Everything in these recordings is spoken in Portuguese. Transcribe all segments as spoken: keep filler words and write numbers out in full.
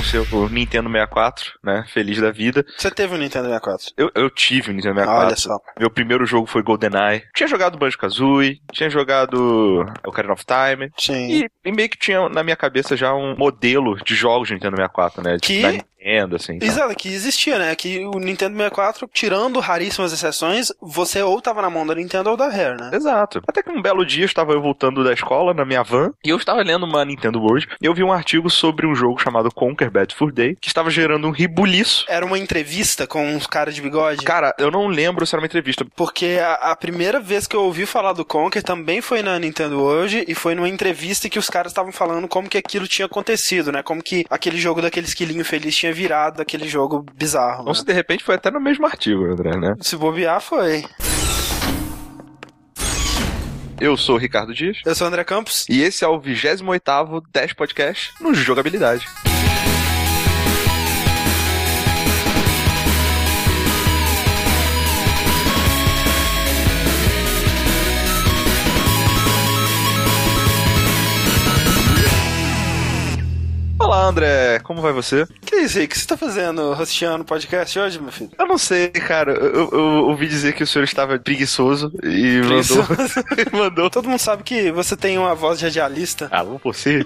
seu Nintendo sessenta e quatro, né? Feliz da vida. Você teve um Nintendo sessenta e quatro? Eu, eu tive um Nintendo sessenta e quatro. Olha só. Meu primeiro jogo foi GoldenEye. Tinha jogado Banjo-Kazooie, tinha jogado Ocarina of Time. Sim. E, e meio que tinha na minha cabeça já um modelo de jogos de Nintendo sessenta e quatro, né? Que... Da Nintendo, assim. Tá? Exato, que existia, né? Que o Nintendo sessenta e quatro, tirando raríssimas exceções, você ou tava na mão da Nintendo ou da Rare, né? Exato. Até que um belo dia estava eu voltando da escola na minha van e eu estava lendo uma Nintendo World e eu vi um artigo sobre um jogo chamado Conker Bad Fur Day que estava gerando um ribuliço. Era uma entrevista com uns caras de bigode? Cara, eu não lembro se era uma entrevista. Porque a, a primeira vez que eu ouvi falar do Conker também foi na Nintendo World e foi numa entrevista que os caras estavam falando como que aquilo tinha acontecido, né? Como que aquele jogo daquele esquilinho feliz tinha virado aquele jogo bizarro. Então, né? se de repente foi até no mesmo artigo, André, né? Se bobear, foi. Eu sou o Ricardo Dias. Eu sou o André Campos. E esse é o vigésimo oitavo Dash Podcast no Jogabilidade. Olá, André, como vai você? Que isso aí? O que você tá fazendo, hosteando o podcast hoje, meu filho? Eu não sei, cara. Eu, eu, eu ouvi dizer que o senhor estava preguiçoso e Preguiçoso. mandou... mandou. Todo mundo sabe que você tem uma voz de radialista. Ah, vamos por si.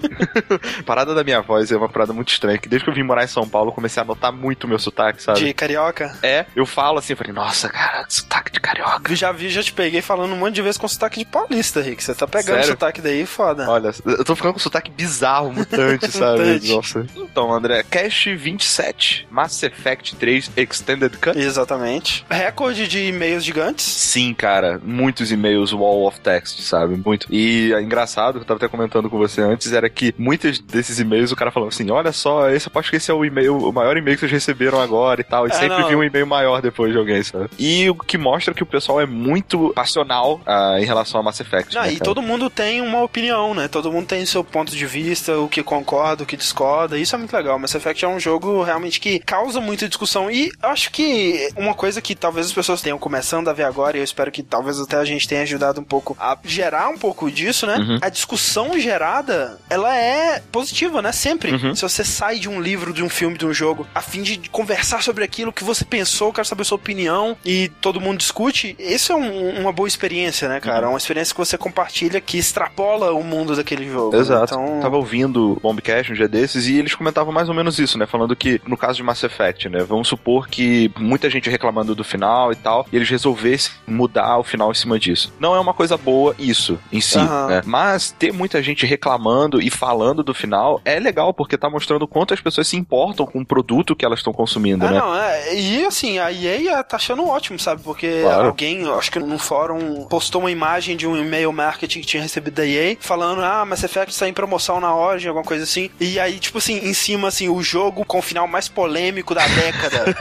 A parada da minha voz é uma parada muito estranha, que desde que eu vim morar em São Paulo, eu comecei a notar muito o meu sotaque, sabe? De carioca? É, eu falo assim, eu falei, nossa, cara, sotaque de carioca. Eu já vi, já te peguei falando um monte de vezes com sotaque de paulista, Rick. Você tá pegando Sério? sotaque daí, foda. Olha, eu tô ficando com sotaque bizarro, mutante, sabe? Mutante. Nossa. Então, André, Cast vinte e sete, Mass Effect três Extended Cut. Exatamente. Recorde de e-mails gigantes. Sim, cara, muitos e-mails wall of text, sabe? Muito. E é engraçado, eu tava até comentando com você antes, era que muitos desses e-mails o cara falou assim, olha só, esse, eu acho que esse é o e-mail, o maior e-mail que vocês receberam agora e tal, e É, sempre não. vi um e-mail maior depois de alguém, sabe? E o que mostra que o pessoal é muito passional ah, em relação a Mass Effect. Não, né, e cara? todo mundo tem uma opinião, né? Todo mundo tem seu ponto de vista, o que concorda, o que discorda. Isso é muito legal. Mass Effect é um jogo realmente que causa muita discussão. E eu acho que uma coisa que talvez as pessoas tenham começando a ver agora, e eu espero que talvez até a gente tenha ajudado um pouco a gerar um pouco disso, né? Uhum. A discussão gerada, ela é positiva, né? Sempre. Uhum. Se você sai de um livro, de um filme, de um jogo, a fim de conversar sobre aquilo que você pensou, quero saber a sua opinião, e todo mundo discute, isso é um, uma boa experiência, né, cara? Uhum. Uma experiência que você compartilha que extrapola o mundo daquele jogo. Exato. Né? Então... Tava ouvindo o Bombcast um dia desses e eles comentavam mais ou menos isso, né? Falando que, no caso de Mass Effect, né? Vamos supor que muita gente reclamando do final e tal, e eles resolvessem mudar o final em cima disso. Não é uma coisa boa isso, em si, Uhum. né? Mas ter muita gente reclamando e falando do final é legal, porque tá mostrando o quanto as pessoas se importam com o produto que elas estão consumindo, Ah, né? não, é, e assim, a E A tá achando ótimo, sabe? Porque Claro. alguém, acho que num fórum, postou uma imagem de um e-mail marketing que tinha recebido da E A, falando, ah, Mass Effect está em promoção na Origin, alguma coisa assim. E aí, tipo assim, em cima, assim, o jogo com o final mais polêmico da década.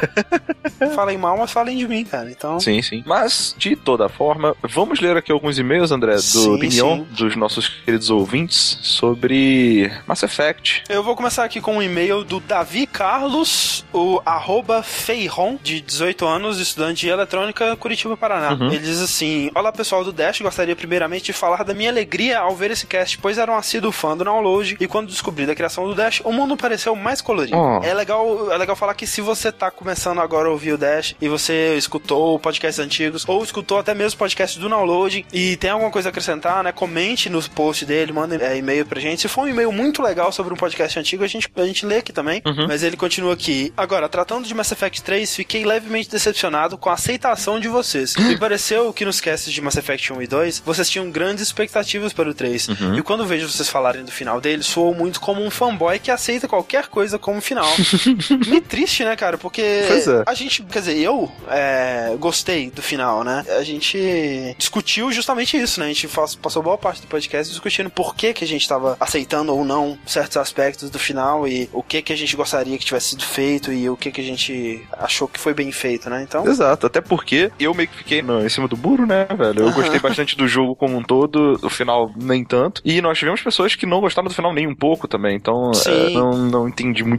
Falem mal, mas falem de mim, cara. Então... Sim, sim. Mas, de toda forma, vamos ler aqui alguns e-mails, André, do Sim, opinião sim. dos nossos queridos ouvintes sobre Mass Effect. Eu vou começar aqui com um e-mail do Davi Carlos, o arroba Feiron, de dezoito anos, estudante de eletrônica, Curitiba, Paraná. Uhum. Ele diz assim, olá pessoal do Dash, gostaria primeiramente de falar da minha alegria ao ver esse cast, pois era um assíduo fã do download, e quando descobri da criação do Dash, o mundo pareceu mais colorido. Oh. É legal, é legal falar que se você tá começando agora a ouvir o Dash, e você escutou podcasts antigos, ou escutou até mesmo podcasts do download, e tem alguma coisa a acrescentar, né, comente no post dele, manda é, e-mail pra gente. Se for um e-mail muito legal sobre um podcast antigo, a gente, a gente lê aqui também. Uhum. Mas ele continua aqui. Agora, tratando de Mass Effect três, fiquei levemente decepcionado com a aceitação de vocês. Me pareceu que nos casts de Mass Effect um e dois, vocês tinham grandes expectativas para o três. Uhum. E quando vejo vocês falarem do final dele, soou muito como um fanboy que aceita qualquer coisa como final. Meio triste, né, cara? Porque Pois é. a gente, quer dizer, eu é, gostei do final, né? A gente discutiu justamente isso, né? A gente faz, passou boa parte do podcast discutindo por que que a gente tava aceitando ou não certos aspectos do final e o que que a gente gostaria que tivesse sido feito e o que que a gente achou que foi bem feito, né? Então... Exato, até porque eu meio que fiquei no, em cima do muro, né, velho? Eu Uhum. gostei bastante do jogo como um todo, o final nem tanto. E nós tivemos pessoas que não gostaram do final nem um pouco também, então é, Sim. não, não entendi muito bem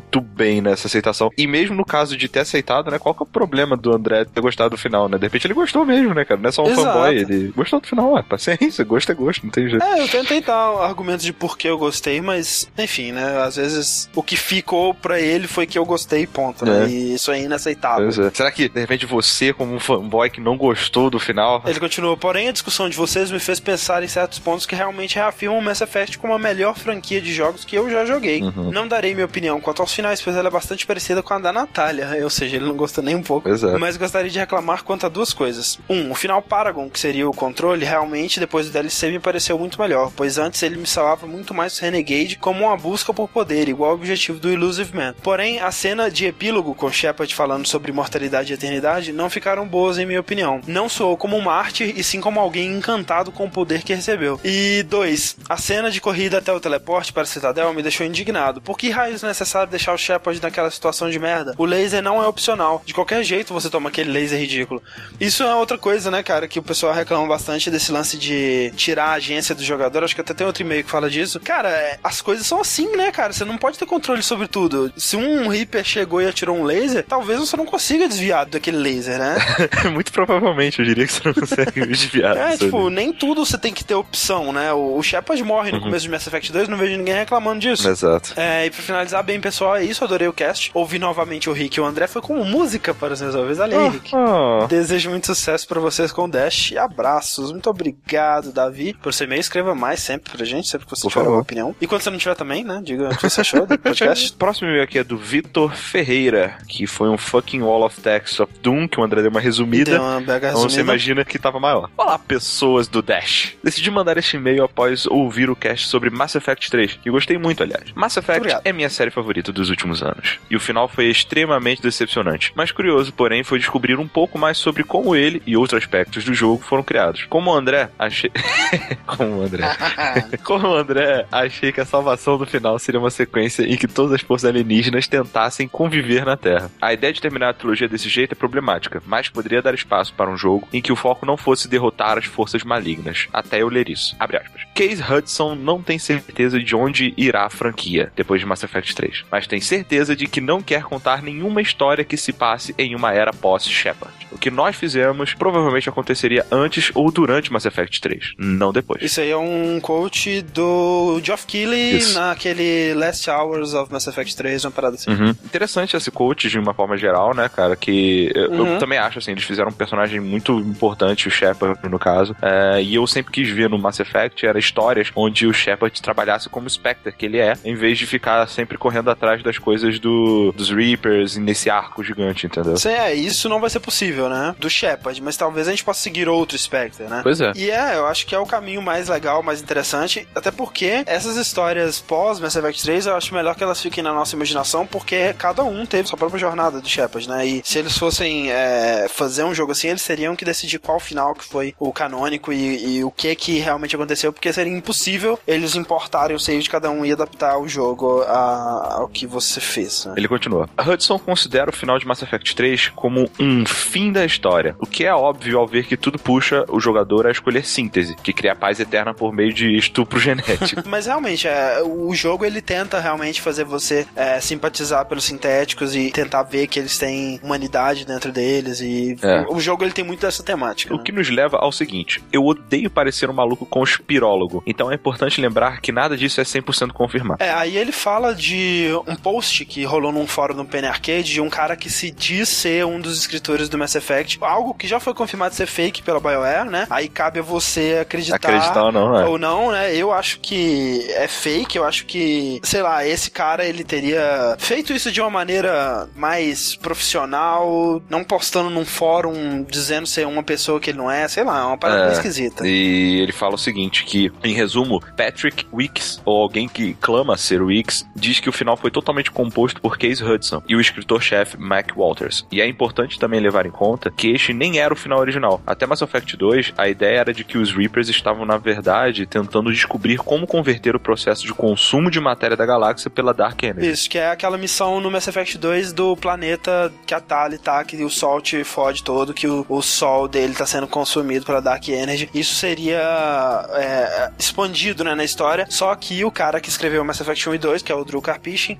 bem nessa aceitação. E mesmo no caso de ter aceitado, né, qual que é o problema do André ter gostado do final, né? De repente ele gostou mesmo, né, cara? Não é só um Exato. fanboy, ele gostou do final, ué, paciência, gosto é gosto, não tem jeito. É, eu tentei dar argumentos de por que eu gostei, mas, enfim, né, às vezes o que ficou pra ele foi que eu gostei, ponto, né? É. E isso é inaceitável. Pois é. Será que, de repente, você, como um fanboy que não gostou do final... Ele continua, porém a discussão de vocês me fez pensar em certos pontos que realmente reafirmam o Mass Effect como a melhor franquia de jogos que eu já joguei. Uhum. Não darei minha opinião quanto aos finais, pois ela é bastante parecida com a da Natália, ou seja, ele não gostou nem um pouco. Exato. Mas gostaria de reclamar quanto a duas coisas. Um, o final Paragon, que seria o controle, realmente depois do D L C me pareceu muito melhor, pois antes ele me salava muito mais Renegade como uma busca por poder, igual ao objetivo do Illusive Man. Porém, a cena de epílogo com Shepard falando sobre imortalidade e eternidade não ficaram boas em minha opinião. Não soou como um mártir, e sim como alguém encantado com o poder que recebeu. E dois, a cena de corrida até o teleporte para a Citadel me deixou indignado. Por que raios é necessário deixar o Shepard naquela situação de merda? O laser não é opcional. De qualquer jeito você toma aquele laser ridículo. Isso é outra coisa, né, cara, que o pessoal reclama bastante desse lance de tirar a agência do jogador. Acho que até tem outro e-mail que fala disso. Cara, é, as coisas são assim, né, cara? Você não pode ter controle sobre tudo. Se um Reaper chegou e atirou um laser, talvez você não consiga desviar daquele laser, né? Muito provavelmente, eu diria que você não consegue desviar. É, sabe? tipo, nem tudo você tem que ter opção, né? O, o Shepard morre no Uhum. começo de Mass Effect dois, não vejo ninguém reclamando disso. Exato. É, e pra finalizar bem, pessoal, é isso, adorei o cast. Ouvi novamente o Rick e o André, foi como música para os meus ouvidos. Olha aí, Rick. Oh. Desejo muito sucesso pra vocês com o Dash e abraços. Muito obrigado, Davi, por seu e-mail. Escreva mais sempre pra gente, sempre que você Por tiver favor. alguma opinião. E quando você não tiver também, né? Diga o que você achou do podcast. O próximo e-mail aqui é do Vitor Ferreira, que foi um fucking wall of text of Doom, que o André deu uma resumida. Deu uma mega Então você resumida. imagina que tava maior. Olá, pessoas do Dash. Decidi mandar este e-mail após ouvir o cast sobre Mass Effect três, que gostei muito, aliás. Mass Effect Obrigado. é minha série favorita dos últimos anos, e o final foi extremamente decepcionante. Mas curioso, porém, foi descobrir um pouco mais sobre como ele e outros aspectos do jogo foram criados. Como o André, achei... como o André... como o André, achei que a salvação do final seria uma sequência em que todas as forças alienígenas tentassem conviver na Terra. A ideia de terminar a trilogia desse jeito é problemática, mas poderia dar espaço para um jogo em que o foco não fosse derrotar as forças malignas. Até eu ler isso. Abre aspas. Case Hudson não tem certeza de onde irá a franquia depois de Mass Effect três, mas tem certeza de que não quer contar nenhuma história que se passe em uma era pós-Shepard. O que nós fizemos provavelmente aconteceria antes ou durante Mass Effect três, não depois. Isso aí é um quote do Geoff Keighley Isso. naquele Last Hours of Mass Effect três, uma parada assim. Uhum. Interessante esse coach de uma forma geral, né, cara, que eu, Uhum. eu também acho, assim, eles fizeram um personagem muito importante, o Shepard, no caso, é, e eu sempre quis ver no Mass Effect era histórias onde o Shepard trabalhasse como Spectre, que ele é, em vez de ficar sempre correndo atrás das coisas do, dos Reapers nesse arco gigante, entendeu? Sim, é, isso não vai ser possível, né? Do Shepard, mas talvez a gente possa seguir outro Spectre, né? Pois é. E é, eu acho que é o caminho mais legal, mais interessante, até porque essas histórias pós Mass Effect três, eu acho melhor que elas fiquem na nossa imaginação, porque cada um teve sua própria jornada do Shepard, né? E se eles fossem é, fazer um jogo assim, eles teriam que decidir qual final que foi o canônico e, e o que que realmente aconteceu, porque seria impossível eles importarem o save de cada um e adaptar o jogo a, ao que você fez, né? Ele continua. Hudson considera o final de Mass Effect três como um fim da história, o que é óbvio ao ver que tudo puxa o jogador a escolher síntese, que cria paz eterna por meio de estupro genético. Mas realmente, é, o jogo ele tenta realmente fazer você é, simpatizar pelos sintéticos e tentar ver que eles têm humanidade dentro deles e É. o, o jogo ele tem muito dessa temática. O né? que nos leva ao seguinte: eu odeio parecer um maluco conspirólogo, então é importante lembrar que nada disso é cem por cento confirmado. É, aí ele fala de um post que rolou num fórum do Penny Arcade de um cara que se diz ser um dos escritores do Mass Effect, algo que já foi confirmado ser fake pela BioWare, né? Aí cabe a você acreditar, Acreditar ou não, né? ou não, né? Eu acho que é fake, eu acho que, sei lá, esse cara ele teria feito isso de uma maneira mais profissional, não postando num fórum dizendo ser uma pessoa que ele não é, sei lá, é uma parada É, bem esquisita. E ele fala o seguinte, que, em resumo, Patrick Weeks, ou alguém que clama ser Weeks, diz que o final foi totalmente composto por Case Hudson e o escritor-chefe Mac Walters. E é importante também levar em conta que este nem era o final original. Até Mass Effect dois, a ideia era de que os Reapers estavam, na verdade, tentando descobrir como converter o processo de consumo de matéria da galáxia pela Dark Energy. Isso, que é aquela missão no Mass Effect dois do planeta que a Tali tá, que o Sol te fode todo, que o, o Sol dele tá sendo consumido pela Dark Energy. Isso seria é, expandido, né, na história, só que o cara que escreveu Mass Effect um e dois, que é o Drew Karpyshyn, ele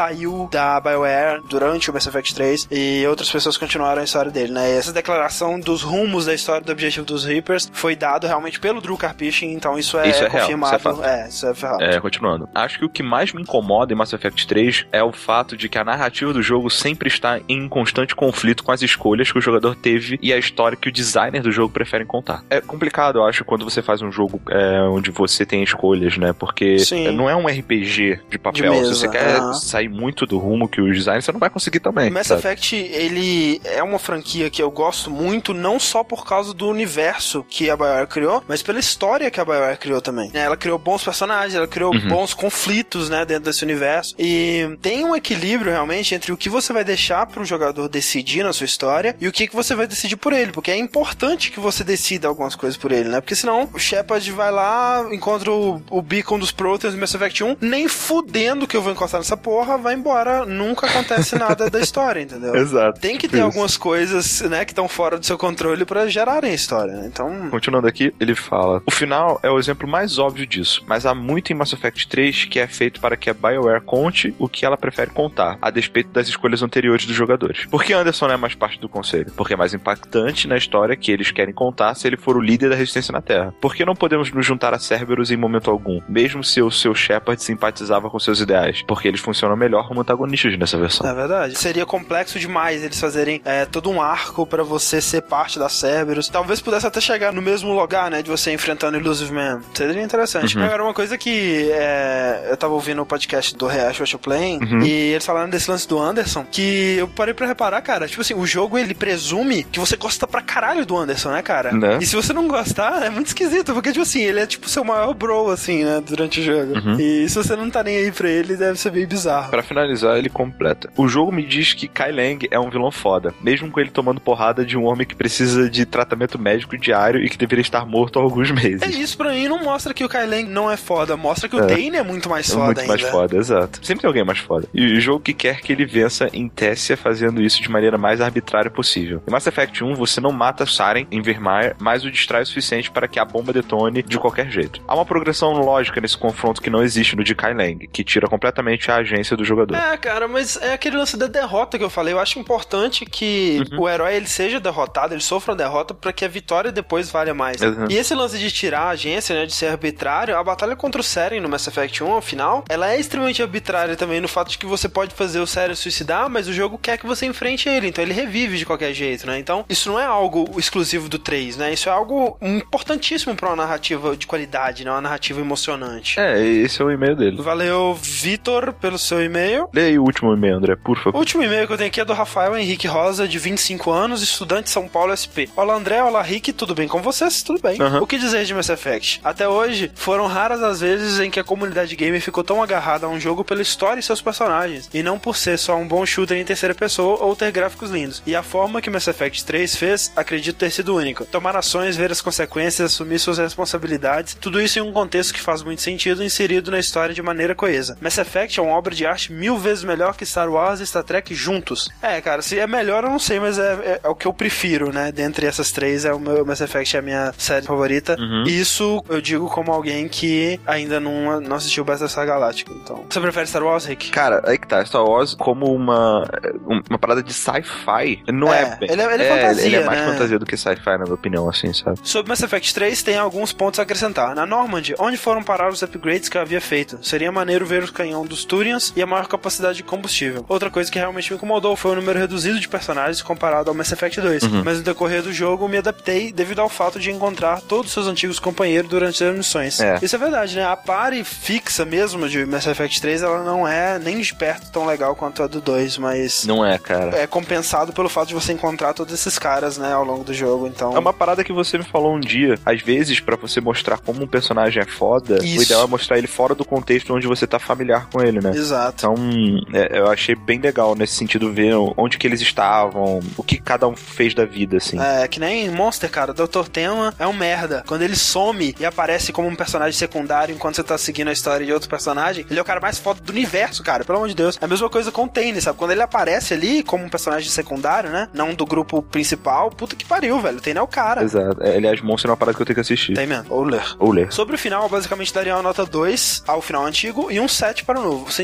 saiu da BioWare durante o Mass Effect três e outras pessoas continuaram a história dele, né? E essa declaração dos rumos da história do objetivo dos Reapers foi dado realmente pelo Drew Karpyshyn, então isso é, isso é confirmado. Real, isso é, é, isso é ferrado. É, continuando. Acho que o que mais me incomoda em Mass Effect três é o fato de que a narrativa do jogo sempre está em constante conflito com as escolhas que o jogador teve e a história que o designer do jogo prefere contar. É complicado, eu acho, quando você faz um jogo é, onde você tem escolhas, né? Porque Sim. não é um R P G de papel. De mesa, Se você quer uh-huh. sair muito do rumo que os designers, você não vai conseguir também. Mass sabe? Effect, ele é uma franquia que eu gosto muito, não só por causa do universo que a BioWare criou, mas pela história que a BioWare criou também. Ela criou bons personagens, ela criou uhum. bons conflitos, né, dentro desse universo. E tem um equilíbrio, realmente, entre o que você vai deixar pro jogador decidir na sua história e o que, que você vai decidir por ele, porque é importante que você decida algumas coisas por ele, né? Porque senão o Shepard vai lá, encontra o, o beacon dos Proteus no Mass Effect um, nem fudendo que eu vou encostar nessa porra, vai embora, nunca acontece nada da história, entendeu? Exato. Tem que ter isso. algumas coisas, né, que estão fora do seu controle pra gerarem a história, né? Então... Continuando aqui, ele fala: o final é o exemplo mais óbvio disso, mas há muito em Mass Effect três que é feito para que a BioWare conte o que ela prefere contar, a despeito das escolhas anteriores dos jogadores. Por que Anderson não é mais parte do conselho? Porque é mais impactante na história que eles querem contar se ele for o líder da resistência na Terra. Por que não podemos nos juntar a Cerberus em momento algum, mesmo se o seu Shepard simpatizava com seus ideais? Porque eles funcionam melhor como antagonistas nessa versão. É verdade. Seria complexo demais eles fazerem é, todo um arco pra você ser parte da Cerberus. Talvez pudesse até chegar no mesmo lugar, né, de você enfrentando Illusive Man. Seria interessante. Uhum. Agora, uma coisa que é, eu tava ouvindo o podcast do React What You Playing, uhum. e eles falaram desse lance do Anderson, que eu parei pra reparar, cara, tipo assim, o jogo, ele presume que você gosta pra caralho do Anderson, né, cara? Né? E se você não gostar, é muito esquisito, porque, tipo assim, ele é tipo seu maior bro, assim, né, durante o jogo. Uhum. E se você não tá nem aí pra ele, deve ser meio bizarro. Pra finalizar, ele completa: o jogo me diz que Kai Lang é um vilão foda, mesmo com ele tomando porrada de um homem que precisa de tratamento médico diário e que deveria estar morto há alguns meses. É, isso pra mim não mostra que o Kai Lang não é foda, mostra que o é. Dane é muito mais é foda muito ainda. mais foda, exato. Sempre tem alguém mais foda. E o jogo que quer que ele vença em Tessia fazendo isso de maneira mais arbitrária possível. Em Mass Effect um, você não mata Saren em Virmire, mas o distrai o suficiente para que a bomba detone de qualquer jeito. Há uma progressão lógica nesse confronto que não existe no de Kai Lang, que tira completamente a agência do jogador. É, cara, mas é aquele lance da derrota que eu falei. Eu acho importante que uhum. o herói ele seja derrotado, ele sofra uma derrota para que a vitória depois valha mais. Uhum. E esse lance de tirar a agência, né, de ser arbitrário, a batalha contra o Saren no Mass Effect um, ao final, ela é extremamente arbitrária também, no fato de que você pode fazer o Saren suicidar, mas o jogo quer que você enfrente ele, então ele revive de qualquer jeito, né? Então, isso não é algo exclusivo do três, né? Isso é algo importantíssimo pra uma narrativa de qualidade, né? Uma narrativa emocionante. É, esse é o e-mail dele. Valeu, Vitor, pelo seu e-mail. Lê aí o último e-mail, André, por favor. O último e-mail que eu tenho aqui é do Rafael Henrique Rosa, de vinte e cinco anos, estudante de São Paulo S P. Olá, André, olá, Rick, tudo bem com vocês? Tudo bem. Uhum. O que dizer de Mass Effect? Até hoje, foram raras as vezes em que a comunidade gamer ficou tão agarrada a um jogo pela história e seus personagens, e não por ser só um bom shooter em terceira pessoa ou ter gráficos lindos. E a forma que Mass Effect três fez, acredito ter sido única. Tomar ações, ver as consequências, assumir suas responsabilidades, tudo isso em um contexto que faz muito sentido, inserido na história de maneira coesa. Mass Effect é uma obra de arte mil vezes melhor que Star Wars e Star Trek juntos. É, cara, se é melhor eu não sei, mas é, é, é o que eu prefiro, né? Dentre essas três, é o meu Mass Effect é a minha série favorita. Uhum. Isso eu digo como alguém que ainda não, não assistiu Battlestar Galactica, então. Você prefere Star Wars, Rick? Cara, aí que tá. Star Wars como uma uma parada de sci-fi, não é, é bem. Ele é, ele é, é fantasia, ele é mais né? fantasia do que sci-fi, na minha opinião, assim, sabe? Sobre Mass Effect três, tem alguns pontos a acrescentar. Na Normandy, onde foram parar os upgrades que eu havia feito? Seria maneiro ver o canhão dos Turians e a maior capacidade de combustível. Outra coisa que realmente me incomodou foi o número reduzido de personagens comparado ao Mass Effect dois. Uhum. Mas no decorrer do jogo, me adaptei devido ao fato de encontrar todos os seus antigos companheiros durante as missões. É. Isso é verdade, né? A party fixa mesmo de Mass Effect três, ela não é nem de perto tão legal quanto a do dois, mas... Não é, cara. É compensado pelo fato de você encontrar todos esses caras, né, ao longo do jogo, então... É uma parada que você me falou um dia. Às vezes, pra você mostrar como um personagem é foda, Isso. o ideal é mostrar ele fora do contexto onde você tá familiar com ele, né? Exato. Então, é, eu achei bem legal nesse sentido ver onde que eles estavam, o que cada um fez da vida, assim. É, que nem Monster, cara. O doutor Tenma é um merda. Quando ele some e aparece como um personagem secundário enquanto você tá seguindo a história de outro personagem, ele é o cara mais foda do universo, cara. Pelo amor de Deus. É a mesma coisa com o Tane, sabe? Quando ele aparece ali como um personagem secundário, né? Não do grupo principal, puta que pariu, velho. O Tane é o cara. Exato. É, aliás, Monster é uma parada que eu tenho que assistir. Tem mesmo. Ou ler. Ou ler. Sobre o final, eu basicamente daria uma nota dois ao final antigo e um sete para o novo. Senti falta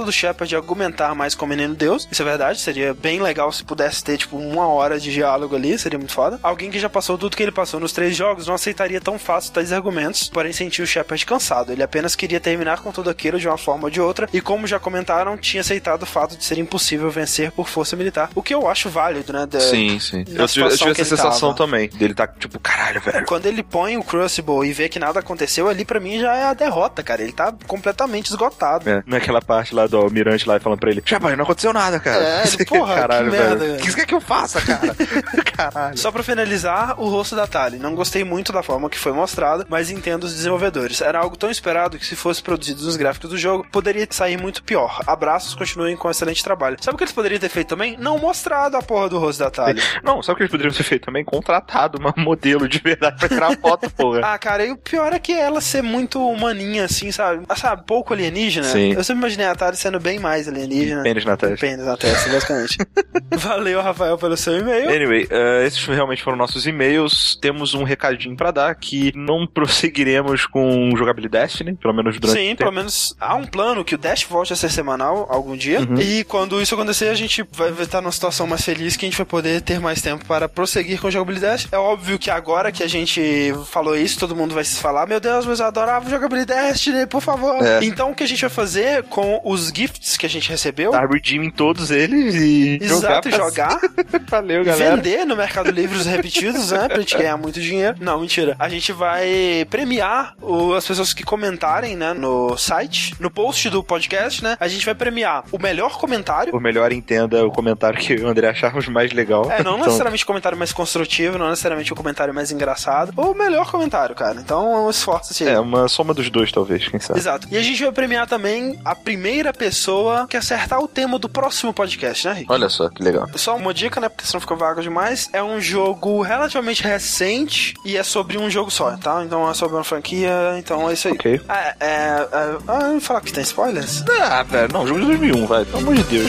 do Shepard argumentar mais com o Menino Deus. Isso é verdade, seria bem legal se pudesse ter, tipo, uma hora de diálogo ali, seria muito foda. Alguém que já passou tudo que ele passou nos três jogos não aceitaria tão fácil tais argumentos, porém sentiu o Shepard cansado. Ele apenas queria terminar com tudo aquilo de uma forma ou de outra, e como já comentaram, tinha aceitado o fato de ser impossível vencer por força militar. O que eu acho válido, né? Da, sim, sim. Eu tive, eu tive essa sensação tava. também, dele tá, tipo, caralho, velho. Quando ele põe o Crucible e vê que nada aconteceu, ali pra mim já é a derrota, cara. Ele tá completamente esgotado. É, naquela parte lá do Almirante lá falando pra ele, Shepard, não aconteceu nada, cara. É, ele, porra, caralho, que merda. O que você quer que eu faça, cara? Caralho. Só pra finalizar, o rosto da Tali. Não gostei muito da forma que foi mostrado, mas entendo os desenvolvedores. Era algo tão esperado que se fosse produzido nos gráficos do jogo, poderia sair muito pior. Abraços, continuem com um excelente trabalho. Sabe o que eles poderiam ter feito também? Não mostrado a porra do rosto da Tali. Não, sabe o que eles poderiam ter feito também? Contratado uma modelo de verdade pra tirar foto, porra. Ah, cara, e o pior é que ela ser muito humaninha, assim, sabe? Sabe, pouco alienígena. Sim. Eu sempre imaginei a Tali sendo bem mais alienígena. Pênis na testa. Pênis na testa, basicamente. Valeu, Rafael, pelo seu e-mail. Anyway, uh, esses realmente foram nossos e-mails. Temos um recadinho pra dar, que não prosseguiremos com jogabilidade Destiny, pelo menos durante Sim, o pelo tempo. menos há um plano que o Dash volte a ser semanal algum dia, uhum. E quando isso acontecer, a gente vai estar numa situação mais feliz que a gente vai poder ter mais tempo para prosseguir com jogabilidade. É óbvio que agora que a gente falou isso, todo mundo vai se falar, meu Deus, mas eu adorava jogabilidade Destiny, por favor. É. Então o que a gente vai fazer com os gifts que a gente recebeu? Tá redeeming todos eles e Exato, jogar. jogar. Valeu, galera. Vender no Mercado Livre os repetidos, né? Pra gente ganhar muito dinheiro. Não, mentira. A gente vai premiar o, as pessoas que comentarem, né, no site, no post do podcast, né? A gente vai premiar o melhor comentário. O melhor, entenda, o comentário que o André achava mais legal. É, não então... necessariamente o comentário mais construtivo, não necessariamente o comentário mais engraçado. O melhor comentário, cara. Então, esforça-se aí. É, uma soma dos dois, talvez, quem sabe. Exato. E a gente vai premiar também a primeira pessoa que acertar o tema do próximo podcast, né, Rick? Olha só, que legal. Só uma dica, né? Porque senão fica vago demais. É um jogo relativamente recente e é sobre um jogo só, tá? Então é sobre uma franquia, então é isso aí. Ok. É, é, é, ah, eu vou falar que tem spoilers? Ah, velho, não, jogo de dois mil e um, vai, pelo amor de Deus.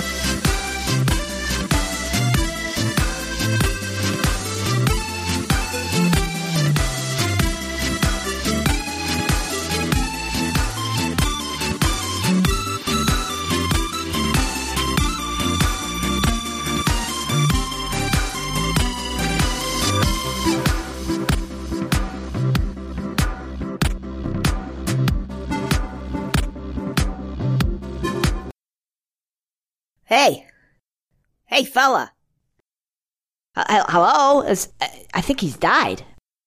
Hey. Hey, fella. Uh, hello? Is, uh, I think he's died.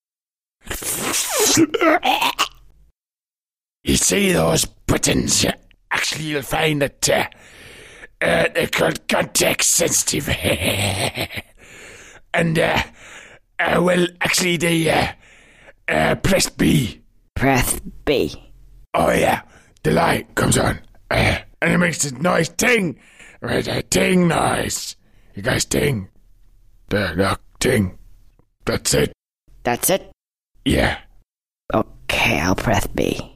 You see those buttons? Actually, you'll find that uh, uh, they're called context sensitive. and, uh, uh, well, actually, they uh, uh, press B. Press B. Oh, yeah. The light comes on. Uh, and it makes a nice ting. Right, a ting noise. You guys ting. There, look, ting. That's it. That's it? Yeah. Okay, I'll press B.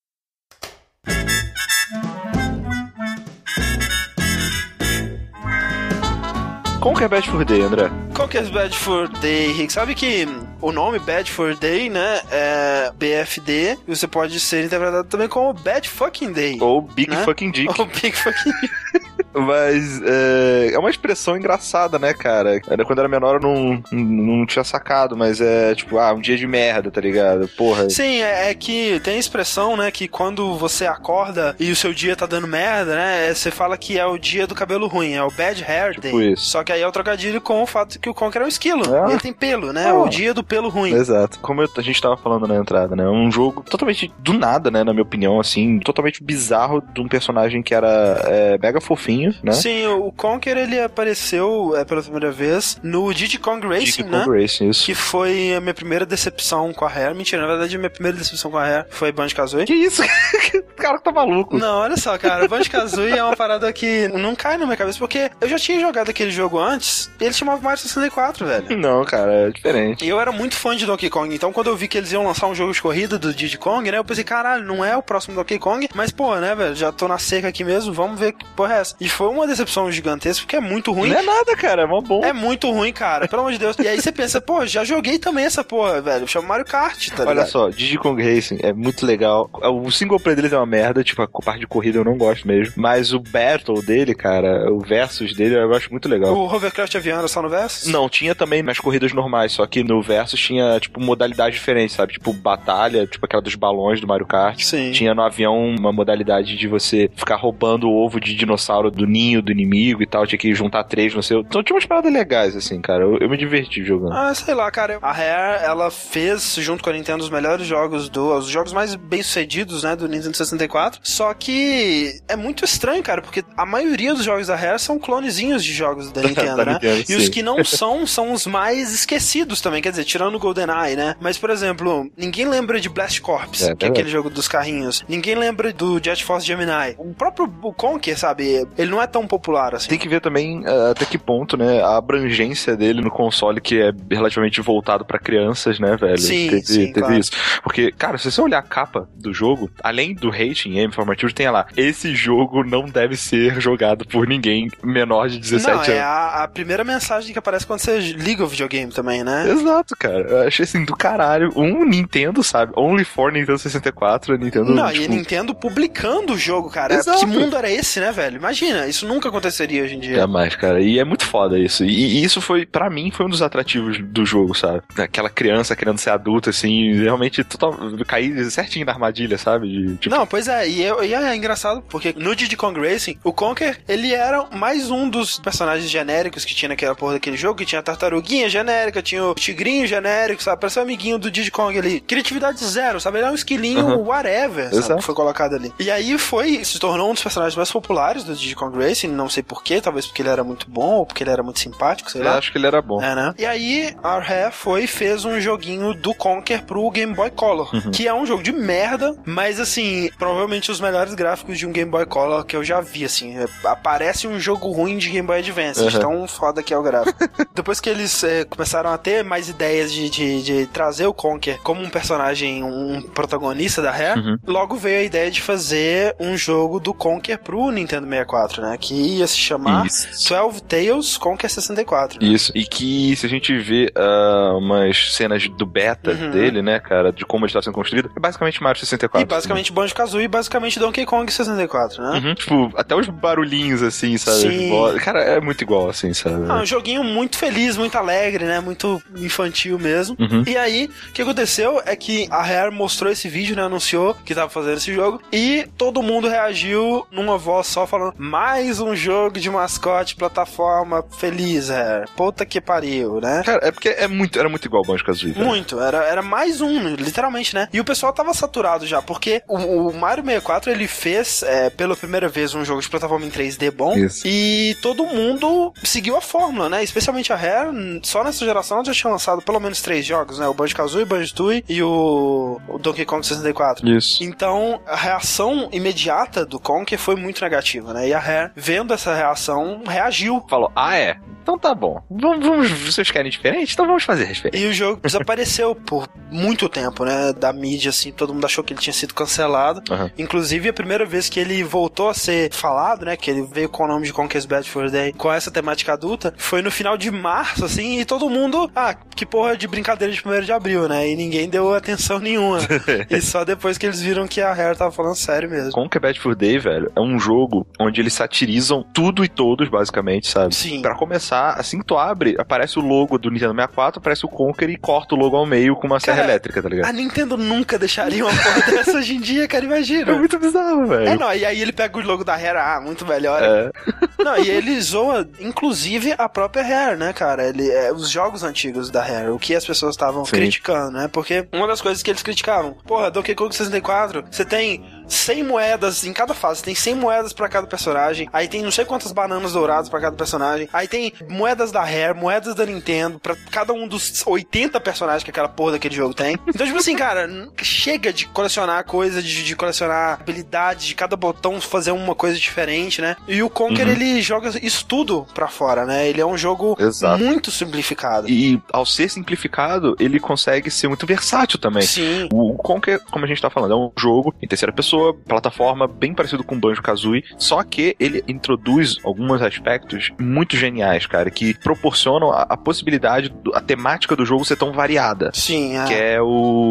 Como que é Bad Fur Day, André? Qual que é Bad Fur Day, Rick? Sabe que o nome Bad Fur Day, né, é B F D, e você pode ser interpretado também como Bad Fucking Day. Ou Big né? Fucking Dick. Ou Big Fucking Dick. Mas é, é uma expressão engraçada, né, cara? Quando eu era menor eu não, não tinha sacado, mas é tipo, ah, um dia de merda, tá ligado? Porra. Sim, é, é que tem a expressão, né, que quando você acorda e o seu dia tá dando merda, né, você fala que é o dia do cabelo ruim, é o Bad Hair tipo Day. Isso. Só que aí é o trocadilho com o fato que o Conker é um esquilo. É. Ele tem pelo, né? Oh. O dia do pelo ruim. Exato. Como eu, a gente tava falando na entrada, né? Um jogo totalmente do nada, né? Na minha opinião, assim, totalmente bizarro de um personagem que era é, mega fofinho, né? Sim, o Conker, ele apareceu é, pela primeira vez no Diddy Kong Racing, Diddy né? Kong Racing, isso. Que foi a minha primeira decepção com a Rare. Mentira, na verdade, a minha primeira decepção com a Rare foi Banjo-Kazooie. Que isso? O cara que tá maluco. Não, olha só, cara, Banjo-Kazooie é uma parada que não cai na minha cabeça, porque eu já tinha jogado aquele jogo antes, e ele chamava Mario sessenta e quatro, velho. Não, cara, é diferente. E eu era muito fã de Donkey Kong, então quando eu vi que eles iam lançar um jogo de corrida do Diddy Kong, né, eu pensei, caralho, não é o próximo Donkey Kong, mas, pô, né, velho, já tô na seca aqui mesmo, vamos ver que porra é essa. E E foi uma decepção gigantesca, porque é muito ruim. Não é nada, cara, é mó bom. É muito ruim, cara, pelo amor de Deus. E aí você pensa, pô, já joguei também essa porra, velho. Chama Mario Kart, tá ligado? Olha só, Diddy Kong Racing é muito legal. O single player deles é uma merda, tipo, a parte de corrida eu não gosto mesmo. Mas o battle dele, cara, o versus dele eu acho muito legal. O Hovercraft Aviano era só no versus? Não, tinha também nas corridas normais, só que no versus tinha, tipo, modalidade diferente, sabe? Tipo, batalha, tipo aquela dos balões do Mario Kart. Sim. Tinha no avião uma modalidade de você ficar roubando o ovo de dinossauro do ninho do inimigo e tal, tinha que juntar três no seu. Então tinha umas paradas legais, assim, cara. Eu, eu me diverti jogando. Ah, sei lá, cara. A Rare, ela fez, junto com a Nintendo, os melhores jogos do... os jogos mais bem-sucedidos, né, do Nintendo sessenta e quatro. Só que é muito estranho, cara, porque a maioria dos jogos da Rare são clonezinhos de jogos da Nintendo, da né? Nintendo, e sim. os que não são, são os mais esquecidos também, quer dizer, tirando o GoldenEye, né? Mas, por exemplo, ninguém lembra de Blast Corps, é, que é aquele jogo dos carrinhos. Ninguém lembra do Jet Force Gemini. O próprio o Conker, sabe, ele não é tão popular assim. Tem que ver também uh, até que ponto, né, a abrangência dele no console, que é relativamente voltado pra crianças, né, velho? Sim, teve, sim, teve claro. isso. Porque, cara, se você olhar a capa do jogo, além do rating informativo, tem lá, esse jogo não deve ser jogado por ninguém menor de dezessete não, anos. é a, a primeira mensagem que aparece quando você liga o videogame também, né? Exato, cara. Eu achei assim do caralho. Um Nintendo, sabe? Only for Nintendo sessenta e quatro, a Nintendo. Não, tipo... e a Nintendo publicando o jogo, cara. Exato. Que mundo era esse, né, velho? Imagina, isso nunca aconteceria hoje em dia. Jamais, cara. E é muito foda isso. E, e isso foi, pra mim, foi um dos atrativos do jogo, sabe? Aquela criança querendo ser adulta, assim, realmente total, cair certinho na armadilha, sabe? De, tipo... Não, pois é, e, eu, e é engraçado, porque no Diddy Kong Racing, o Conker, ele era mais um dos personagens genéricos que tinha naquela porra daquele jogo, que tinha a tartaruguinha genérica, tinha o tigrinho genérico, sabe? Parece um amiguinho do Diddy Kong ali. Criatividade zero, sabe? Ele é um esquilinho Uhum. whatever, sabe? Exato. Que foi colocado ali. E aí foi, se tornou um dos personagens mais populares do Diddy Kong Racing, não sei porquê, talvez porque ele era muito bom, ou porque ele era muito simpático, sei Eu lá. acho que ele era bom. É, né? E aí, a Rare foi e fez um joguinho do Conker pro Game Boy Color, Uhum. que é um jogo de merda, mas assim, provavelmente os melhores gráficos de um Game Boy Color que eu já vi, assim. É, aparece um jogo ruim de Game Boy Advance, Uhum. de tão foda que é o gráfico. Depois que eles é, começaram a ter mais ideias de, de, de trazer o Conker como um personagem, um protagonista da Rare, Uhum. logo veio a ideia de fazer um jogo do Conker pro Nintendo sessenta e quatro, né? Que ia se chamar Isso. doze Tales Conker sessenta e quatro. Né? Isso. E que se a gente vê uh, umas cenas do beta Uhum. dele, né, cara, de como ele está sendo construído, é basicamente Mario sessenta e quatro. E basicamente Banjo-Kazooie e basicamente Donkey Kong sessenta e quatro, né? Uhum. Tipo, até os barulhinhos, assim, sabe? Sim. Bo- Cara, é muito igual, assim, sabe? Ah, um joguinho muito feliz, muito alegre, né? Muito infantil mesmo. Uhum. E aí, o que aconteceu é que a Rare mostrou esse vídeo, né? Anunciou que tava fazendo esse jogo. E todo mundo reagiu numa voz só, falando: mais um jogo de mascote, plataforma feliz, Rare. Puta que pariu, né? Cara, é porque é muito, era muito igual o Banjo-Kazooie. velho. Muito, era, era mais um, literalmente, né? E o pessoal tava saturado já, porque o, o Mario sessenta e quatro, ele fez, é, pela primeira vez, um jogo de plataforma em três D bom. Isso. E todo mundo seguiu a fórmula, né? Especialmente a Rare, só nessa geração ela já tinha lançado pelo menos três jogos, né? O Banjo-Kazooie, o Banjo-Tooie e o, o Donkey Kong sessenta e quatro. Isso. Então, a reação imediata do Conker foi muito negativa, né? E a Rare, vendo essa reação, reagiu. Falou, ah, é? Então tá bom. Vamos, vamos, vocês querem diferente? Então vamos fazer diferente. E o jogo desapareceu por muito tempo, né? Da mídia, assim, todo mundo achou que ele tinha sido cancelado. Uhum. Inclusive, a primeira vez que ele voltou a ser falado, né? Que ele veio com o nome de Conker's Bad Fur Day, com essa temática adulta, foi no final de março, assim, e todo mundo, ah, que porra de brincadeira de primeiro de abril, né? E ninguém deu atenção nenhuma. E só depois que eles viram que a Rare tava falando sério mesmo. Conker Bad Fur Day, velho, é um jogo onde eles satirizam tudo e todos, basicamente, sabe? Sim. Pra começar, assim que tu abre, aparece o logo do Nintendo sessenta e quatro, aparece o Conker e corta o logo ao meio com uma serra Cara, elétrica, tá ligado? A Nintendo nunca deixaria uma porra dessa hoje em dia, cara, imagina. É muito bizarro, velho. É, não, e aí ele pega o logo da Rare, ah, muito melhor. É. Não, e ele zoa, inclusive, a própria Rare, né, cara? Ele, é, os jogos antigos da Rare, o que as pessoas estavam criticando, né? Porque uma das coisas que eles criticavam, porra, Donkey Kong sessenta e quatro, você tem cem moedas em cada fase, tem cem moedas pra cada personagem, aí tem não sei quantas bananas douradas pra cada personagem, aí tem moedas da Rare, moedas da Nintendo, pra cada um dos oitenta personagens que aquela porra daquele jogo tem. Então, tipo assim, cara, chega de colecionar coisa, de, de colecionar habilidades, de cada botão fazer uma coisa diferente, né? E o Conker, Uhum. ele joga isso tudo pra fora, né? Ele é um jogo Exato. muito simplificado. E ao ser simplificado, ele consegue ser muito versátil também. Sim. O Conker, como a gente tá falando, é um jogo em terceira pessoa, soa plataforma bem parecido com Banjo-Kazooie, só que ele introduz alguns aspectos muito geniais, cara, que proporcionam a, a possibilidade, do, a temática do jogo ser tão variada. Sim, é. Que é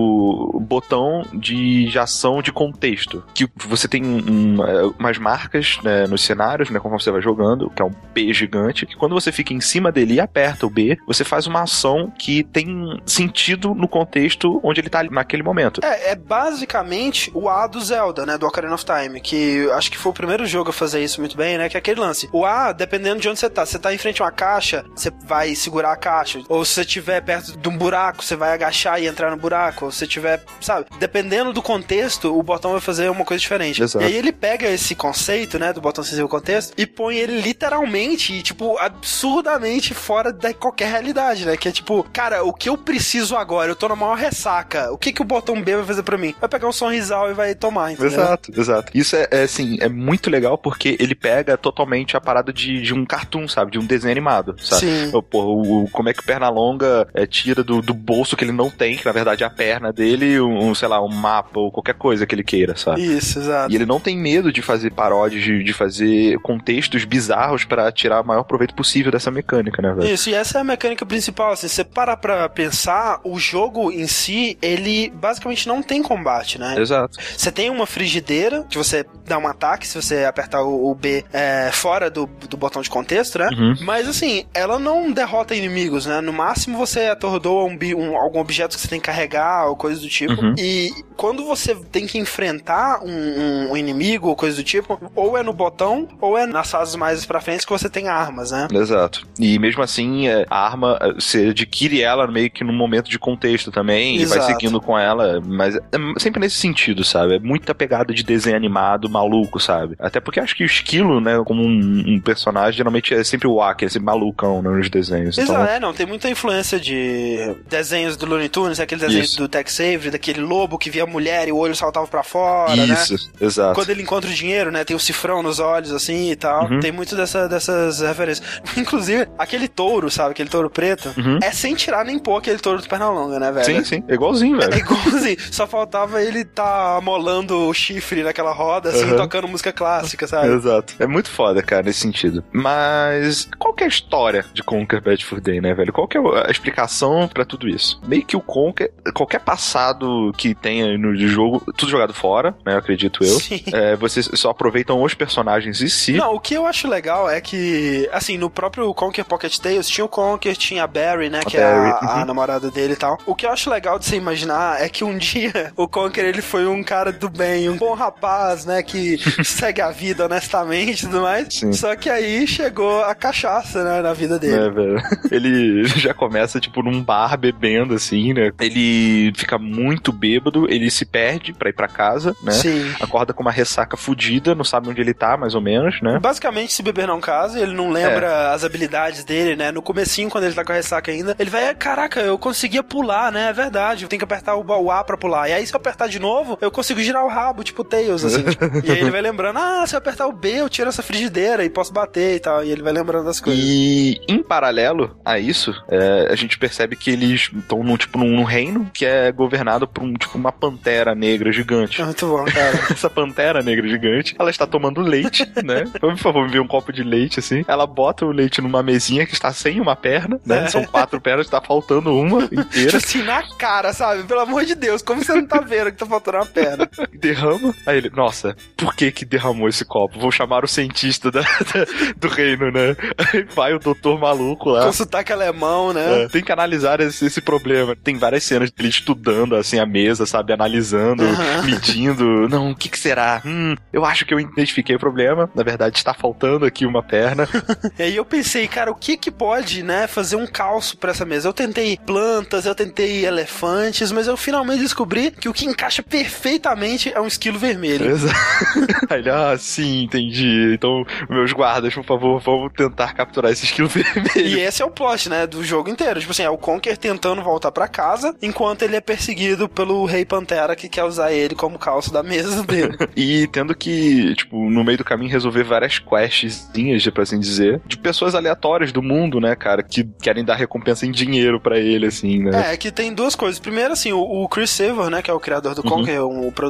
o botão de, de ação de contexto. Que você tem um, umas marcas, né, nos cenários, né, conforme você vai jogando, que é um B gigante, que quando você fica em cima dele e aperta o B, você faz uma ação que tem sentido no contexto onde ele tá naquele momento. É, é basicamente o A do Zelda, né, do Ocarina of Time, que acho que foi o primeiro jogo a fazer isso muito bem, né, que é aquele lance. O A, dependendo de onde você tá, se você tá em frente a uma caixa, você vai segurar a caixa, ou se você estiver perto de um buraco, você vai agachar e entrar no buraco, ou se você tiver, sabe, dependendo do contexto, o botão vai fazer uma coisa diferente. Exato. E aí ele pega esse conceito, né, do botão sensível ao contexto, e põe ele literalmente, tipo, absurdamente fora de qualquer realidade, né, que é tipo, cara, o que eu preciso agora? Eu tô na maior ressaca, o que que o botão B vai fazer pra mim? Vai pegar um sorrisal e vai tomar, entendeu? Exato, exato. Isso é, é, assim, é muito legal porque ele pega totalmente a parada de, de um cartoon, sabe, de um desenho animado, sabe? Sim. Eu, pô, o, como é que o Pernalonga é, tira do, do bolso que ele não tem, que na verdade é a perna dele, um, um, sei lá, um mapa ou qualquer coisa que ele queira, sabe? Isso, exato. E ele não tem medo de fazer paródias, de, de fazer contextos bizarros pra tirar o maior proveito possível dessa mecânica, né, velho? Isso, e essa é a mecânica principal, assim, você para pra pensar, o jogo em si, ele basicamente não tem combate, né? Exato. Você tem uma frigideira, que você dá um ataque, se você apertar o, o B é, fora do, do botão de contexto, né? Uhum. Mas, assim, ela não derrota inimigos, né? No máximo, você atordoa um, um, algum objeto que você tem que carregar, ou coisa do tipo. Uhum. E quando você tem que enfrentar um, um, um inimigo, ou coisa do tipo, ou é no botão, ou é nas fases mais pra frente que você tem armas, né? Exato. E mesmo assim, a arma, você adquire ela meio que num momento de contexto também, Exato. e vai seguindo com ela, mas é sempre nesse sentido, sabe? É muita pegada de desenho animado, maluco, sabe? Até porque acho que o Esquilo, né, como um, um personagem, geralmente é sempre o Aki, é sempre malucão, né, nos desenhos. Exato, então... é, não, tem muita influência de desenhos do Looney Tunes, aquele desenho Isso. do Tex Avery, daquele lobo que via a mulher e o olho saltava pra fora, Isso, né? exato. Quando ele encontra o dinheiro, né, tem o cifrão nos olhos, assim, e tal. Uhum. Tem muito dessa, dessas referências. Inclusive, aquele touro, sabe, aquele touro preto, Uhum. é sem tirar nem pôr aquele touro do Pernalonga, né, velho? Sim, sim, é igualzinho, velho. É igualzinho, só faltava ele tá molando o chifre naquela roda, assim, Uhum. tocando música clássica, sabe? Exato. É muito foda, cara, nesse sentido. Mas qual que é a história de Conker Bad Fur Day, né, velho? Qual que é a explicação pra tudo isso? Meio que o Conker, qualquer passado que tenha no jogo, tudo jogado fora, né, eu acredito eu. Sim. É, vocês só aproveitam os personagens em si. Não, o que eu acho legal é que, assim, no próprio Conker Pocket Tales tinha o Conker, tinha a Barry, né, A que Barry, é a, a uhum. namorada dele e tal. O que eu acho legal de você imaginar é que um dia o Conker, ele foi um cara do bem, um bom rapaz, né, que segue a vida honestamente e tudo mais. Sim. Só que aí chegou a cachaça, né, na vida dele. É, velho. Ele já começa, tipo, num bar bebendo, assim, né? Ele fica muito bêbado, ele se perde pra ir pra casa, né? Sim. Acorda com uma ressaca fudida, não sabe onde ele tá, mais ou menos, né? Basicamente, se beber não casa, ele não lembra É. as habilidades dele, né? No comecinho, quando ele tá com a ressaca ainda, ele vai, caraca, eu conseguia pular, né? É verdade, eu tenho que apertar o, o A pra pular. E aí, se eu apertar de novo, eu consigo girar o rabo, tipo Tails, assim. E aí ele vai lembrando, ah, se eu apertar o B, eu tiro essa frigideira e posso bater e tal. E ele vai lembrando das coisas. E em paralelo a isso, é, a gente percebe que eles estão num, tipo, num, num reino que é governado por um, tipo, uma pantera negra gigante. É muito bom, cara. Essa pantera negra gigante, ela está tomando leite, né? Por favor, me vê um copo de leite, assim. Ela bota o leite numa mesinha que está sem uma perna, né? É. São quatro pernas, está faltando uma Tipo inteira. assim, na cara, sabe? Pelo amor de Deus, como você não tá vendo que tá faltando uma perna? Derrama. Aí ele, nossa, por que que derramou esse copo? Vou chamar o cientista da, da- do reino, né? Aí vai o doutor maluco lá. Com sotaque alemão, né? É, tem que analisar esse, esse problema. Tem várias cenas dele estudando, assim, a mesa, sabe? Analisando, Aham. medindo. Não, o que que será? Hum, eu acho que eu identifiquei o problema. Na verdade, está faltando aqui uma perna. E aí eu pensei, cara, o que que pode, né, fazer um calço pra essa mesa? Eu tentei plantas, eu tentei elefantes, mas eu finalmente descobri que o que encaixa perfeitamente é um esquilo vermelho. Exato. Aí ele, ah, sim, entendi. Então, meus guardas, por favor, vamos tentar capturar esse esquilo vermelho. E esse é o plot, né, do jogo inteiro. Tipo assim, é o Conker tentando voltar pra casa, enquanto ele é perseguido pelo Rei Pantera, que quer usar ele como calço da mesa dele. E tendo que, tipo, no meio do caminho resolver várias questzinhas, pra assim dizer, de pessoas aleatórias do mundo, né, cara, que querem dar recompensa em dinheiro pra ele, assim, né? É, que tem duas coisas. Primeiro, assim, o, o Chris Silver, né, que é o criador do Uhum. Conker, o, o produtor do jogo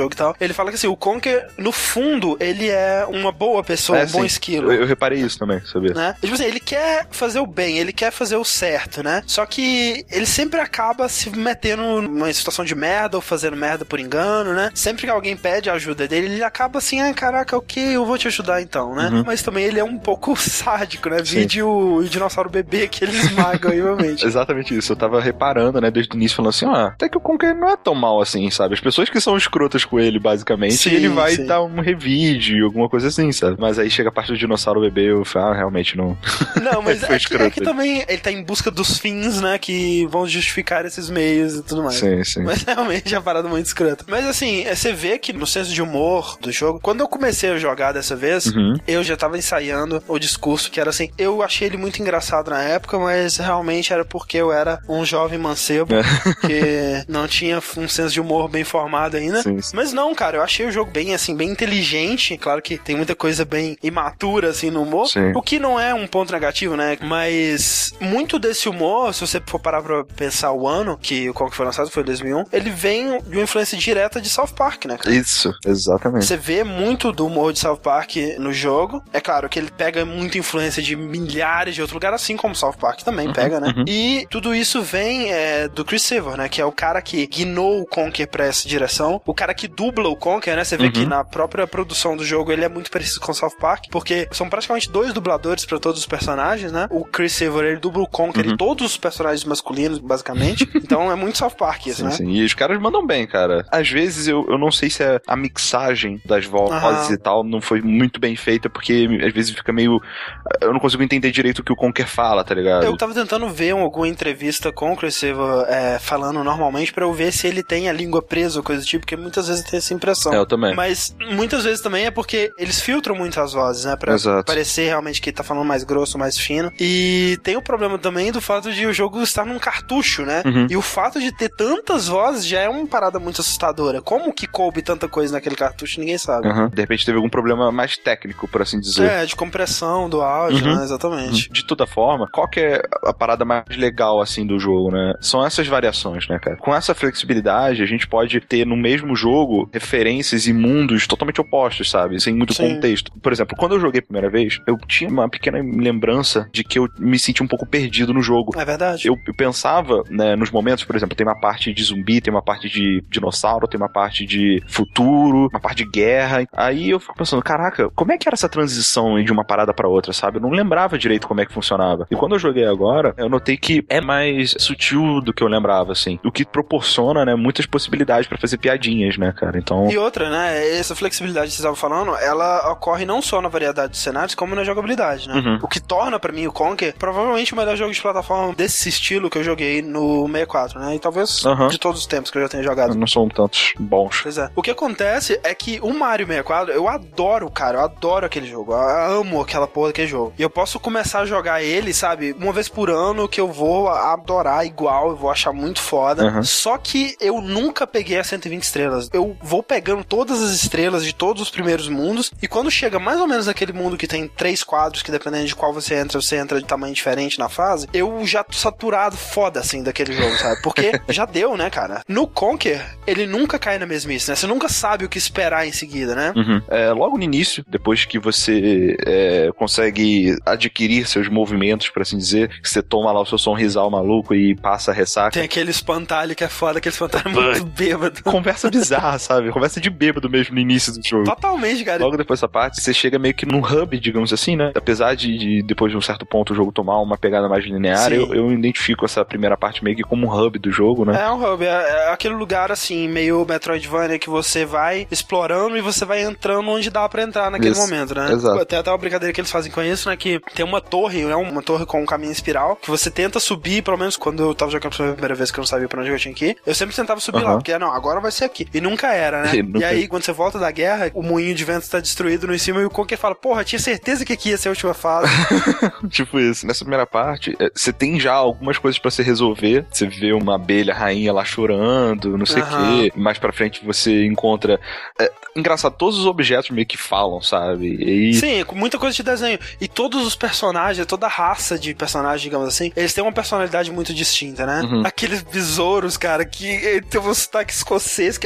jogo e tal. Ele fala que assim, o Conker, no fundo, ele é uma boa pessoa, É, um bom sim. esquilo. Eu, eu reparei isso também, sabia? Né? Tipo assim, ele quer fazer o bem, ele quer fazer o certo, né? Só que ele sempre acaba se metendo numa situação de merda ou fazendo merda por engano, né? Sempre que alguém pede a ajuda dele, ele acaba assim, ah, caraca, ok, eu vou te ajudar então, né? Uhum. Mas também ele é um pouco sádico, né? Vide o, o dinossauro bebê que ele esmaga, igualmente. Exatamente isso. Eu tava reparando, né, desde o início, falando assim, ah, até que o Conker não é tão mal assim, sabe? As pessoas que são escrotas com ele, basicamente, sim, ele vai sim. dar um revide, alguma coisa assim, sabe? Mas aí chega a parte do dinossauro bebê, eu falo, ah, realmente não... Não, mas é, que, é que ele. também ele tá em busca dos fins, né, que vão justificar esses meios e tudo mais. Sim, sim. Mas realmente é uma parada muito escrota. Mas assim, você vê que no senso de humor do jogo, quando eu comecei a jogar dessa vez, uhum. eu já tava ensaiando o discurso que era assim, eu achei ele muito engraçado na época, mas realmente era porque eu era um jovem mancebo, é. que não tinha um senso de humor bem formado ainda. Sim, sim. Mas não, cara, eu achei o jogo bem, assim, bem inteligente. Claro que tem muita coisa bem imatura, assim, no humor. Sim. O que não é um ponto negativo, né? Mas muito desse humor, se você for parar pra pensar o ano que o Conker foi lançado, foi dois mil e um, ele vem de uma influência direta de South Park, né, cara? Isso, exatamente. Você vê muito do humor de South Park no jogo. É claro que ele pega muita influência de milhares de outros lugares, assim como South Park também uhum, pega, né? Uhum. E tudo isso vem é, do Chris Silver, né? Que é o cara que guinou o Conker pra essa direção. O cara que dubla o Conker, né? Você vê uhum. que na própria produção do jogo ele é muito parecido com South Park, porque são praticamente dois dubladores pra todos os personagens, né? O Chris Silver, ele dubla o Conker uhum. e todos os personagens masculinos, basicamente. Então é muito South Park isso, sim, né? Sim. E os caras mandam bem, cara. Às vezes eu, eu não sei se é a mixagem das vozes uhum. e tal não foi muito bem feita, porque às vezes fica meio... Eu não consigo entender direito o que o Conker fala, tá ligado? Eu tava tentando ver alguma entrevista com o Chris Silver é, falando normalmente pra eu ver se ele tem a língua presa ou coisa do tipo, porque muitas vezes eu tenho essa impressão. É, eu também. Mas muitas vezes também é porque eles filtram muito as vozes, né? Pra Exato. parecer realmente que tá falando mais grosso, mais fino. E tem o problema também do fato de o jogo estar num cartucho, né? Uhum. E o fato de ter tantas vozes já é uma parada muito assustadora. Como que coube tanta coisa naquele cartucho, ninguém sabe. Uhum. De repente teve algum problema mais técnico, por assim dizer. É, de compressão do áudio, uhum. né? Exatamente. De toda forma, qual que é a parada mais legal, assim, do jogo, né? São essas variações, né, cara? Com essa flexibilidade, a gente pode ter no mesmo jogo referências e mundos totalmente opostos, sabe? Sem muito Sim. contexto. Por exemplo, quando eu joguei a primeira vez, eu tinha uma pequena lembrança de que eu me senti um pouco perdido no jogo. É verdade. Eu, eu pensava, né, nos momentos, por exemplo, tem uma parte de zumbi, tem uma parte de dinossauro, tem uma parte de futuro, uma parte de guerra. Aí eu fico pensando, caraca, como é que era essa transição de uma parada pra outra, sabe? Eu não lembrava direito como é que funcionava. E quando eu joguei agora, eu notei que é mais sutil do que eu lembrava, assim. O que proporciona, né, muitas possibilidades pra fazer piadinhas, né, cara? Então... E outra, né, essa flexibilidade que você estava falando, ela ocorre não só na variedade de cenários, como na jogabilidade, né? Uhum. O que torna pra mim o Conker provavelmente o melhor jogo de plataforma desse estilo que eu joguei no sessenta e quatro, né? E talvez uhum. de todos os tempos que eu já tenha jogado. Não são tantos bons. Pois é. O que acontece é que o Mario sessenta e quatro, eu adoro, cara, eu adoro aquele jogo. Eu amo aquela porra daquele jogo. E eu posso começar a jogar ele, sabe, uma vez por ano que eu vou adorar igual, eu vou achar muito foda. Uhum. Só que eu nunca peguei as cento e vinte estrelas. Eu vou pegando todas as estrelas de todos os primeiros mundos e quando chega mais ou menos naquele mundo que tem três quadros, que dependendo de qual você entra, você entra de tamanho diferente na fase, eu já tô saturado foda, assim, daquele jogo, sabe? Porque já deu, né, cara? No Conker, ele nunca cai na mesmice, né? Você nunca sabe o que esperar em seguida, né? Uhum. É, logo no início, depois que você é, consegue adquirir seus movimentos, por assim dizer, que você toma lá o seu sorrisal maluco e passa a ressaca. Tem aquele espantalho que é foda, aquele espantalho muito bêbado. Conversa bizarra, sabe? Conversa de bêbado mesmo no início do jogo. Totalmente, cara. Logo depois dessa parte, você chega meio que num hub, digamos assim, né? Apesar de, de depois de um certo ponto o jogo tomar uma pegada mais linear, eu, eu identifico essa primeira parte meio que como um hub do jogo, né? É um hub, é, é aquele lugar assim, meio Metroidvania que você vai explorando e você vai entrando onde dá pra entrar naquele isso. momento, né? Exato. Tem até uma brincadeira que eles fazem com isso, né? Que tem uma torre, né? Uma torre com um caminho em espiral, que você tenta subir, pelo menos quando eu tava jogando pela primeira vez que eu não sabia pra onde eu tinha que ir, eu sempre tentava subir uhum. lá, porque não, agora vai ser aqui. E nunca era, né? E, nunca... e aí, quando você volta da guerra, o moinho de vento tá destruído no em cima e o Conker fala, porra, tinha certeza que aqui ia ser a última fase. Tipo isso. Nessa primeira parte, você tem já algumas coisas pra se resolver. Você vê uma abelha rainha lá chorando, não sei o uhum. quê. Mais pra frente você encontra... É, engraçado, todos os objetos meio que falam, sabe? E... Sim, com muita coisa de desenho. E todos os personagens, toda a raça de personagens, digamos assim, eles têm uma personalidade muito distinta, né? Uhum. Aqueles besouros, cara, que tem um sotaque escocês que é muito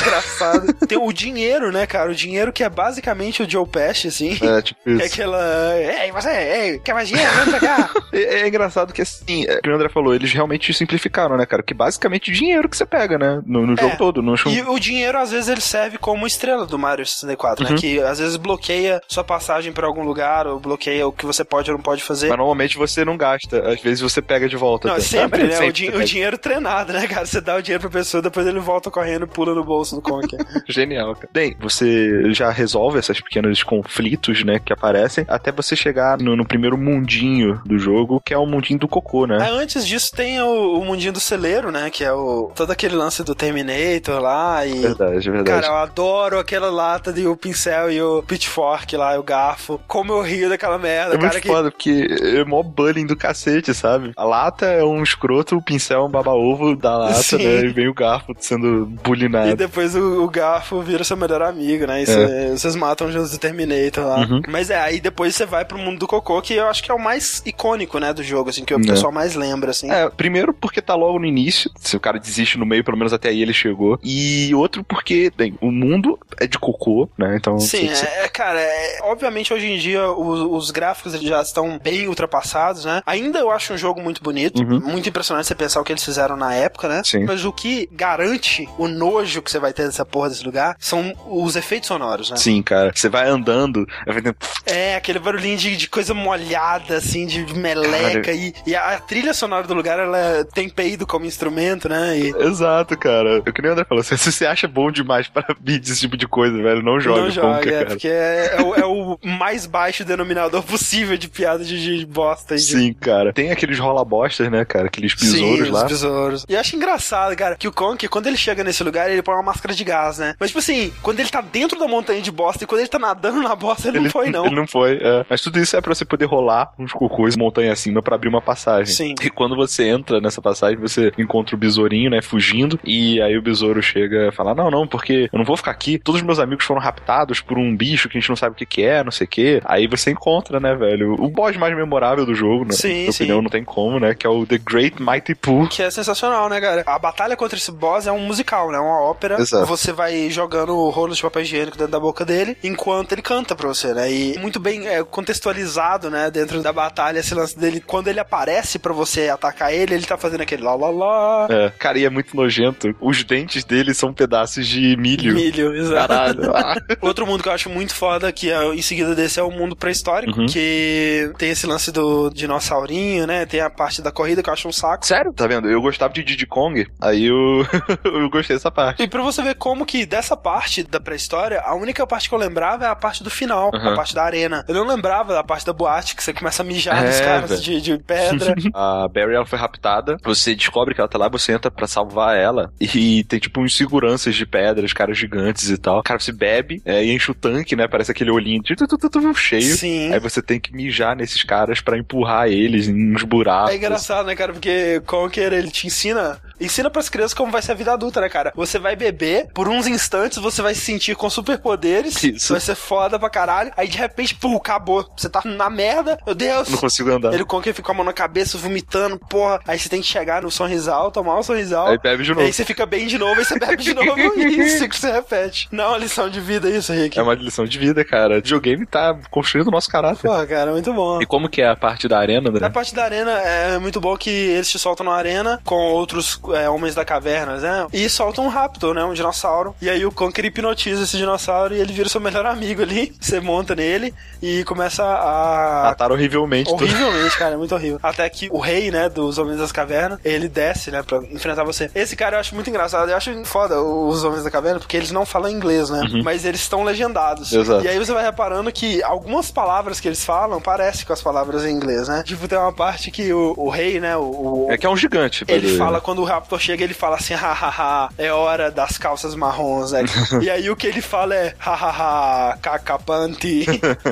engraçado. Tem o dinheiro, né, cara? O dinheiro que é basicamente o Joe Pesci, assim. É, tipo isso. É aquela... Ei, você, ei, quer mais dinheiro? Vem pra cá. É, é engraçado que, assim, é, como o André falou, eles realmente simplificaram, né, cara? Que basicamente o dinheiro que você pega, né? No, no jogo é. todo. No... E o dinheiro, às vezes, ele serve como estrela do Mario sessenta e quatro, uhum. né? Que, às vezes, bloqueia sua passagem pra algum lugar, ou bloqueia o que você pode ou não pode fazer. Mas, normalmente, você não gasta. Às vezes, você pega de volta. Não, até. sempre, ah, né? sempre o, di- o dinheiro treinado, né, cara? Você dá o dinheiro pra pessoa, depois ele volta correndo e pula no bolso do Conker. Genial, cara. Bem, você já resolve esses pequenos conflitos, né, que aparecem, até você chegar no, no primeiro mundinho do jogo, que é o mundinho do cocô, né? Aí, antes disso, tem o, o mundinho do celeiro, né? Que é o todo aquele lance do Terminator lá e... Verdade, verdade. Cara, eu adoro aquela lata de o pincel e o pitchfork lá, o garfo. Como eu rio daquela merda, é cara. muito que... foda, porque é mó bullying do cacete, sabe? A lata é um escroto, o pincel é um baba-ovo da lata, Sim. né? E vem o garfo sendo bullyingado. E depois o, o garfo vira seu melhor amigo, né? E vocês é. matam juntos do Terminator lá. Uhum. Mas é, aí depois você vai pro mundo do cocô, que eu acho que é o mais icônico, né, do jogo, assim, que o é. pessoal mais lembra, assim. É, primeiro porque tá logo no início, se o cara desiste no meio, pelo menos até aí ele chegou. E outro porque, bem, o mundo é de cocô, né? Então. Sim, você... é, cara, é, obviamente hoje em dia os, os gráficos já estão bem ultrapassados, né? Ainda eu acho um jogo muito bonito, uhum. muito impressionante você pensar o que eles fizeram na época, né? Sim. Mas o que garante o nojo que você vai ter dessa porra desse lugar são os efeitos sonoros, né? Sim, cara. Você vai andando, vai vendo... É, aquele barulhinho de, de coisa molhada, assim, de, de meleca. E, e a, a trilha sonora do lugar, ela tem peido como instrumento, né? E... Exato, cara. Eu que nem o André falou, se você acha bom demais pra beats, esse tipo de coisa, velho, não joga. Não joga, Conker, é, cara. porque é, é, o, é o mais baixo denominador possível de piada de, de bosta. De... Sim, cara. Tem aqueles rola-bostas, né, cara? Aqueles besouros Sim, lá. os besouros. E eu acho engraçado, cara, que o Conker, quando ele chega nesse lugar, ele põe uma máscara de gás, né? Mas, tipo assim, quando ele tá dentro da montanha de bosta e quando ele tá nadando na bosta, ele, ele não foi, não. Ele não foi, é. Mas tudo isso é pra você poder rolar uns cocôs montanha acima pra abrir uma passagem. Sim. E quando você entra nessa passagem, você encontra o besourinho, né, fugindo, e aí o besouro chega e fala, não, não, porque eu não vou ficar aqui, todos os meus amigos foram raptados por um bicho que a gente não sabe o que que é, não sei o que. Aí você encontra, né, velho, o boss mais memorável do jogo, né? Sim, Na minha sim. opinião, não tem como, né, que é o The Great Mighty Pooh. Que é sensacional, né, cara? A batalha contra esse boss é um musical, né? Uma ópera. Exato. Você vai jogando rolos de papel higiênico dentro da boca dele, enquanto ele canta pra você, né? E muito bem é, contextualizado, né, dentro da batalha, esse lance dele. Quando ele aparece pra você atacar ele, ele tá fazendo aquele lá, lá, lá. É, cara, e é muito nojento. Os dentes dele são pedaços de milho. Milho, exato. Caralho. Outro mundo que eu acho muito foda, que é, em seguida desse é o mundo pré-histórico, Uhum. que tem esse lance do dinossaurinho, né? Tem a parte da corrida que eu acho um saco. Sério? Tá vendo? Eu gostava de Diddy Kong, aí eu, eu gostei dessa parte. E pra você ver como que dessa parte da pré-história, a única parte que eu lembrava é a parte do final, Uhum. a parte da arena. Eu não lembrava da parte da boate, que você começa a mijar É, nos caras velho. de, de pedra. A Barry, ela foi raptada, você descobre que ela tá lá, você entra pra salvar ela, e tem tipo uns seguranças de pedras, caras gigantes e tal. Cara, você bebe é, e enche o tanque, né? Parece aquele olhinho de tu, tu, tu, tu, cheio. Sim. Aí você tem que mijar nesses caras pra empurrar eles em uns buracos. É engraçado, né, cara? Porque Conker, ele te ensina... Ensina pras crianças como vai ser a vida adulta, né, cara? Você vai beber, por uns instantes você vai se sentir com superpoderes. Isso. Vai ser foda pra caralho. Aí, de repente, pum, acabou. Você tá na merda. Meu Deus. Não consigo andar. Ele, o Conker, fica com a mão na cabeça, vomitando, porra. Aí você tem que chegar no sorrisal, tomar um sorrisal. Aí bebe de novo. Aí você fica bem de novo, aí você bebe de novo. E isso que você repete. Não é uma lição de vida isso, Rick. É uma lição de vida, cara. O videogame tá construindo o nosso caráter. Porra, cara, muito bom. E como que é a parte da arena, André? Na parte da arena é muito bom que eles te soltam na arena com outros é, homens da caverna, né? E soltam um Raptor, né? Um dinossauro. E aí o Conker hipnotiza esse dinossauro e ele vira seu melhor amigo ali. Você monta nele e começa a... Matar horrivelmente. Horrivelmente, cara. É muito horrível. Até que o rei, né? Dos Homens das Cavernas, ele desce, né? Pra enfrentar você. Esse cara eu acho muito engraçado. Eu acho foda os Homens da Caverna porque eles não falam inglês, né? Uhum. Mas eles estão legendados. Exato. E aí você vai reparando que algumas palavras que eles falam parecem com as palavras em inglês, né? Tipo, tem uma parte que o, o rei, né? O, o... É que é um gigante. Ele pra fala, quando o Raptor chega, ele fala assim, hahaha, é hora das calças marrons, né? E aí o que ele fala é, hahaha, cacapanti.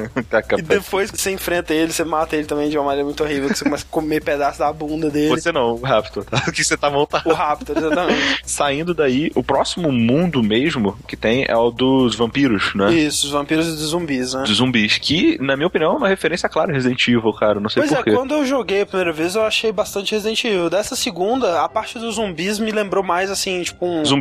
E depois que você enfrenta ele, você mata ele também de uma maneira muito horrível, que você começa a comer pedaços da bunda dele. Você não, o Raptor, tá? Que você tá montado. O Raptor, exatamente. Saindo daí, o próximo mundo mesmo que tem é o dos vampiros, né? Isso, os vampiros e dos zumbis, né? Dos zumbis, que, na minha opinião, é uma referência clara a Resident Evil, cara. Não sei Pois porquê. é, quando eu joguei a primeira vez, eu achei bastante Resident Evil. Dessa segunda, a parte dos zumbis me lembrou mais, assim, tipo um... Zumbi mesmo. Uma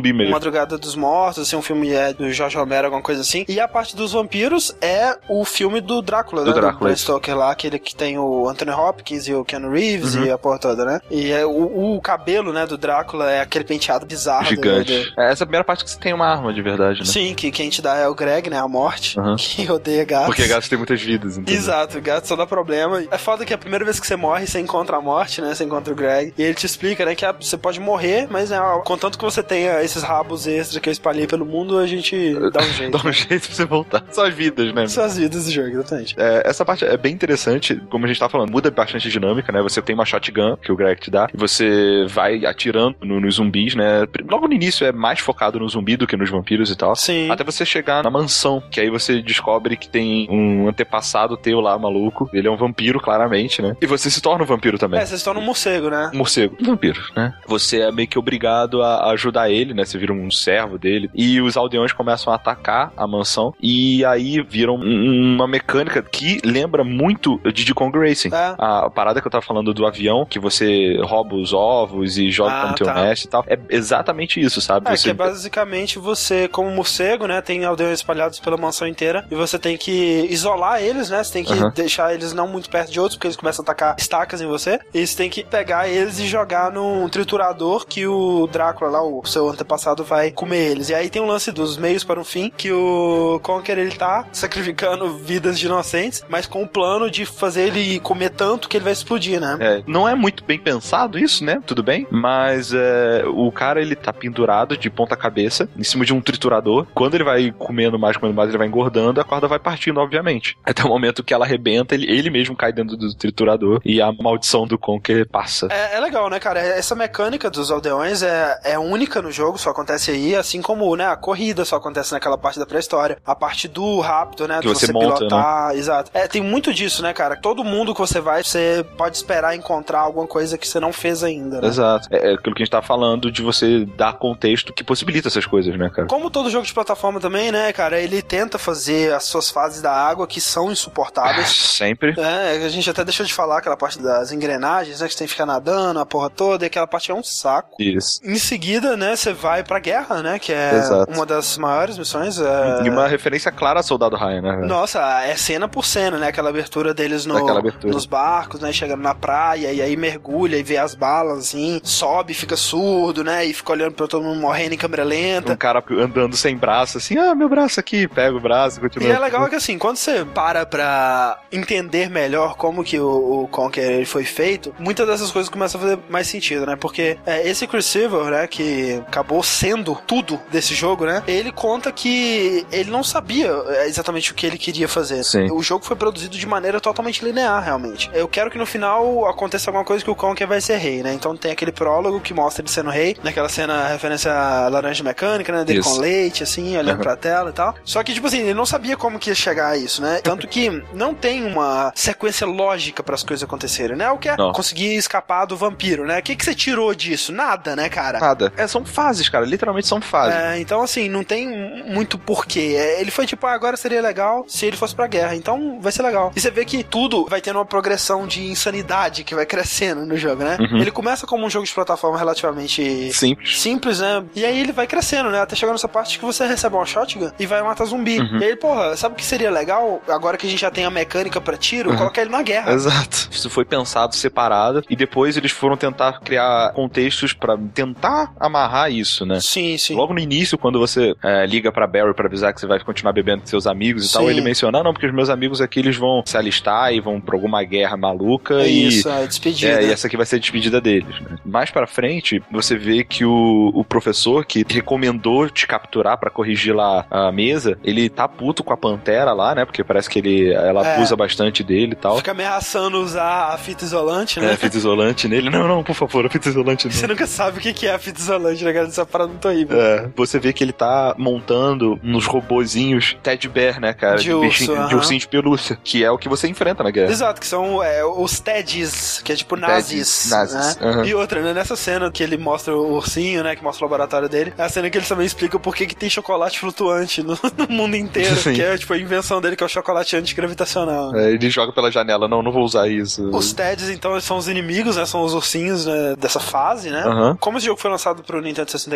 Madrugada dos Mortos, assim, um filme é, do Jorge Romero, alguma coisa assim. E a parte dos vampiros é o filme do Drácula, do né? Drácula, do Bram Stoker lá, aquele que tem o Anthony Hopkins e o Keanu Reeves uhum. e a porra toda, né? E é, o, o cabelo, né, do Drácula é aquele penteado bizarro. Gigante. Do, do... É essa é a primeira parte que você tem uma arma de verdade, né? Sim, que quem te dá é o Greg, né, a morte, uhum. que odeia gatos. Porque gatos têm muitas vidas, então. Exato, gato só dá problema. É foda que a primeira vez que você morre, você encontra a morte, né, você encontra o Greg, e ele te explica, né, que você pode morrer, mas, né, contanto que você tenha esses rabos extras que eu espalhei pelo mundo, a gente dá um jeito. Dá um né? jeito pra você voltar. Só as vidas, né? Só as vidas do jogo, exatamente. É, essa parte é bem interessante, como a gente tava falando, muda bastante a dinâmica, né? Você tem uma shotgun que o Greg te dá, e você vai atirando no, nos zumbis, né? Logo no início é mais focado no zumbi do que nos vampiros e tal. Sim. Até você chegar na mansão, que aí você descobre que tem um antepassado teu lá, maluco. Ele é um vampiro, claramente, né? E você se torna um vampiro também. É, você se torna um morcego, né? Um morcego. Um vampiro, né? Você é meio que obrigado a ajudar ele, né? Você vira um servo dele. E os aldeões começam a atacar a mansão. E aí viram um, uma mecânica que lembra muito Diddy Kong Racing. É. A parada que eu tava falando do avião, que você rouba os ovos e joga ah, no teu tá. mestre e tal. É exatamente isso, sabe? É, você... que é basicamente você, como morcego, né? Tem aldeões espalhados pela mansão inteira. E você tem que isolar eles, né? Você tem que uh-huh. deixar eles não muito perto de outros, porque eles começam a atacar estacas em você. E você tem que pegar eles e jogar num triturador que o Drácula lá, o seu antepassado, vai comer eles. E aí tem um lance dos meios para o fim, que o Conker, ele tá sacrificando vidas de inocentes, mas com o plano de fazer ele comer tanto que ele vai explodir, né? É, não é muito bem pensado isso, né? Tudo bem? Mas é, o cara, ele tá pendurado de ponta cabeça em cima de um triturador. Quando ele vai comendo mais, comendo mais, ele vai engordando, a corda vai partindo, obviamente. Até o momento que ela arrebenta, ele, ele mesmo cai dentro do triturador e a maldição do Conker passa. É, é legal, né, cara? Essa mecânica dos aldeões é, é única no jogo, só acontece aí, assim como, né, a corrida só acontece naquela parte da pré-história. A parte do rápido, né, que de você, você monta, pilotar, né? Exato. É, tem muito disso, né, cara? Todo mundo que você vai, você pode esperar encontrar alguma coisa que você não fez ainda, né? Exato. É, é aquilo que a gente tá falando de você dar contexto que possibilita essas coisas, né, cara? Como todo jogo de plataforma também, né, cara, ele tenta fazer as suas fases da água que são insuportáveis. Sempre. É, a gente até deixou de falar aquela parte das engrenagens, né, que você tem que ficar nadando, a porra toda, e aquela parte é um saco. Isso. Em seguida, né, você vai pra guerra, né, que é Exato. uma das maiores missões. É... E uma referência clara a Soldado Ryan, né? Nossa, é cena por cena, né, aquela abertura deles no, abertura. nos barcos, né, chegando na praia, e aí mergulha e vê as balas, assim, sobe, fica surdo, né, e fica olhando pra todo mundo morrendo em câmera lenta. Um cara andando sem braço, assim, ah, meu braço aqui, pega o braço e continua. E é legal que, assim, quando você para pra entender melhor como que o, o Conker foi feito, muitas dessas coisas começam a fazer mais sentido, né, porque é, esse Crucible, né, que acabou sendo tudo desse jogo, né, ele conta que ele não sabia exatamente o que ele queria fazer. Sim. O jogo foi produzido de maneira totalmente linear, realmente. Eu quero que no final aconteça alguma coisa que o Conker vai ser rei, né, então tem aquele prólogo que mostra ele sendo rei, naquela cena referência à laranja mecânica, né, dele isso. Com leite, assim, olhando uhum. pra tela e tal. Só que, tipo assim, ele não sabia como que ia chegar a isso, né, tanto que não tem uma sequência lógica para as coisas acontecerem, né, o que é não. Conseguir escapar do vampiro, né, o que que você tirou disso? Nada, né, cara? Nada. É, são fases, cara, literalmente são fases. É, então, assim, não tem muito porquê. É, ele foi tipo, ah, agora seria legal se ele fosse pra guerra, então vai ser legal. E você vê que tudo vai tendo uma progressão de insanidade que vai crescendo no jogo, né? Uhum. Ele começa como um jogo de plataforma relativamente simples, simples, né? E aí ele vai crescendo, né? Até chegar nessa parte que você recebe uma shotgun e vai matar zumbi. Uhum. E aí, porra, sabe o que seria legal? Agora que a gente já tem a mecânica pra tiro, uhum. colocar ele na guerra. Exato. Isso foi pensado separado e depois eles foram tentar criar contextos pra tentar amarrar isso, né? Sim, sim. Logo no início, quando você é, liga pra Barry pra avisar que você vai continuar bebendo com seus amigos e sim. tal, ele menciona, ah, não, porque os meus amigos aqui, eles vão se alistar e vão pra alguma guerra maluca é e... Isso, é despedida. É, e essa aqui vai ser a despedida deles, né? Mais pra frente, você vê que o, o professor que recomendou te capturar pra corrigir lá a mesa, ele tá puto com a Pantera lá, né? Porque parece que ele, ela é. abusa bastante dele e tal. Fica ameaçando usar a fita isolante, né? É, a fita isolante nele. Não, não, por favor, a fita isolante não. Você nunca sabe o que é a fita isolante, né, cara? Essa parada muito horrível. É, você vê que ele tá montando uns robozinhos Teddy Bear, né, cara? De, de, urso, bichinho, uh-huh. de ursinho de pelúcia, que é o que você enfrenta na guerra. Exato, que são é, os Teddies, que é tipo nazis. Nazis. Né? Uhum. E outra, né? Nessa cena que ele mostra o ursinho, né? Que mostra o laboratório dele, é a cena que eles também explicam por que, que tem chocolate flutuante no, no mundo inteiro. Sim. Que é tipo a invenção dele, que é o chocolate antigravitacional. É, ele joga pela janela, não, não vou usar isso. Os Teddies, então, são os inimigos, né? São os ursinhos, né, dessa fase, né? Uhum. Como esse jogo foi lançado pro Nintendo sessenta e quatro, né?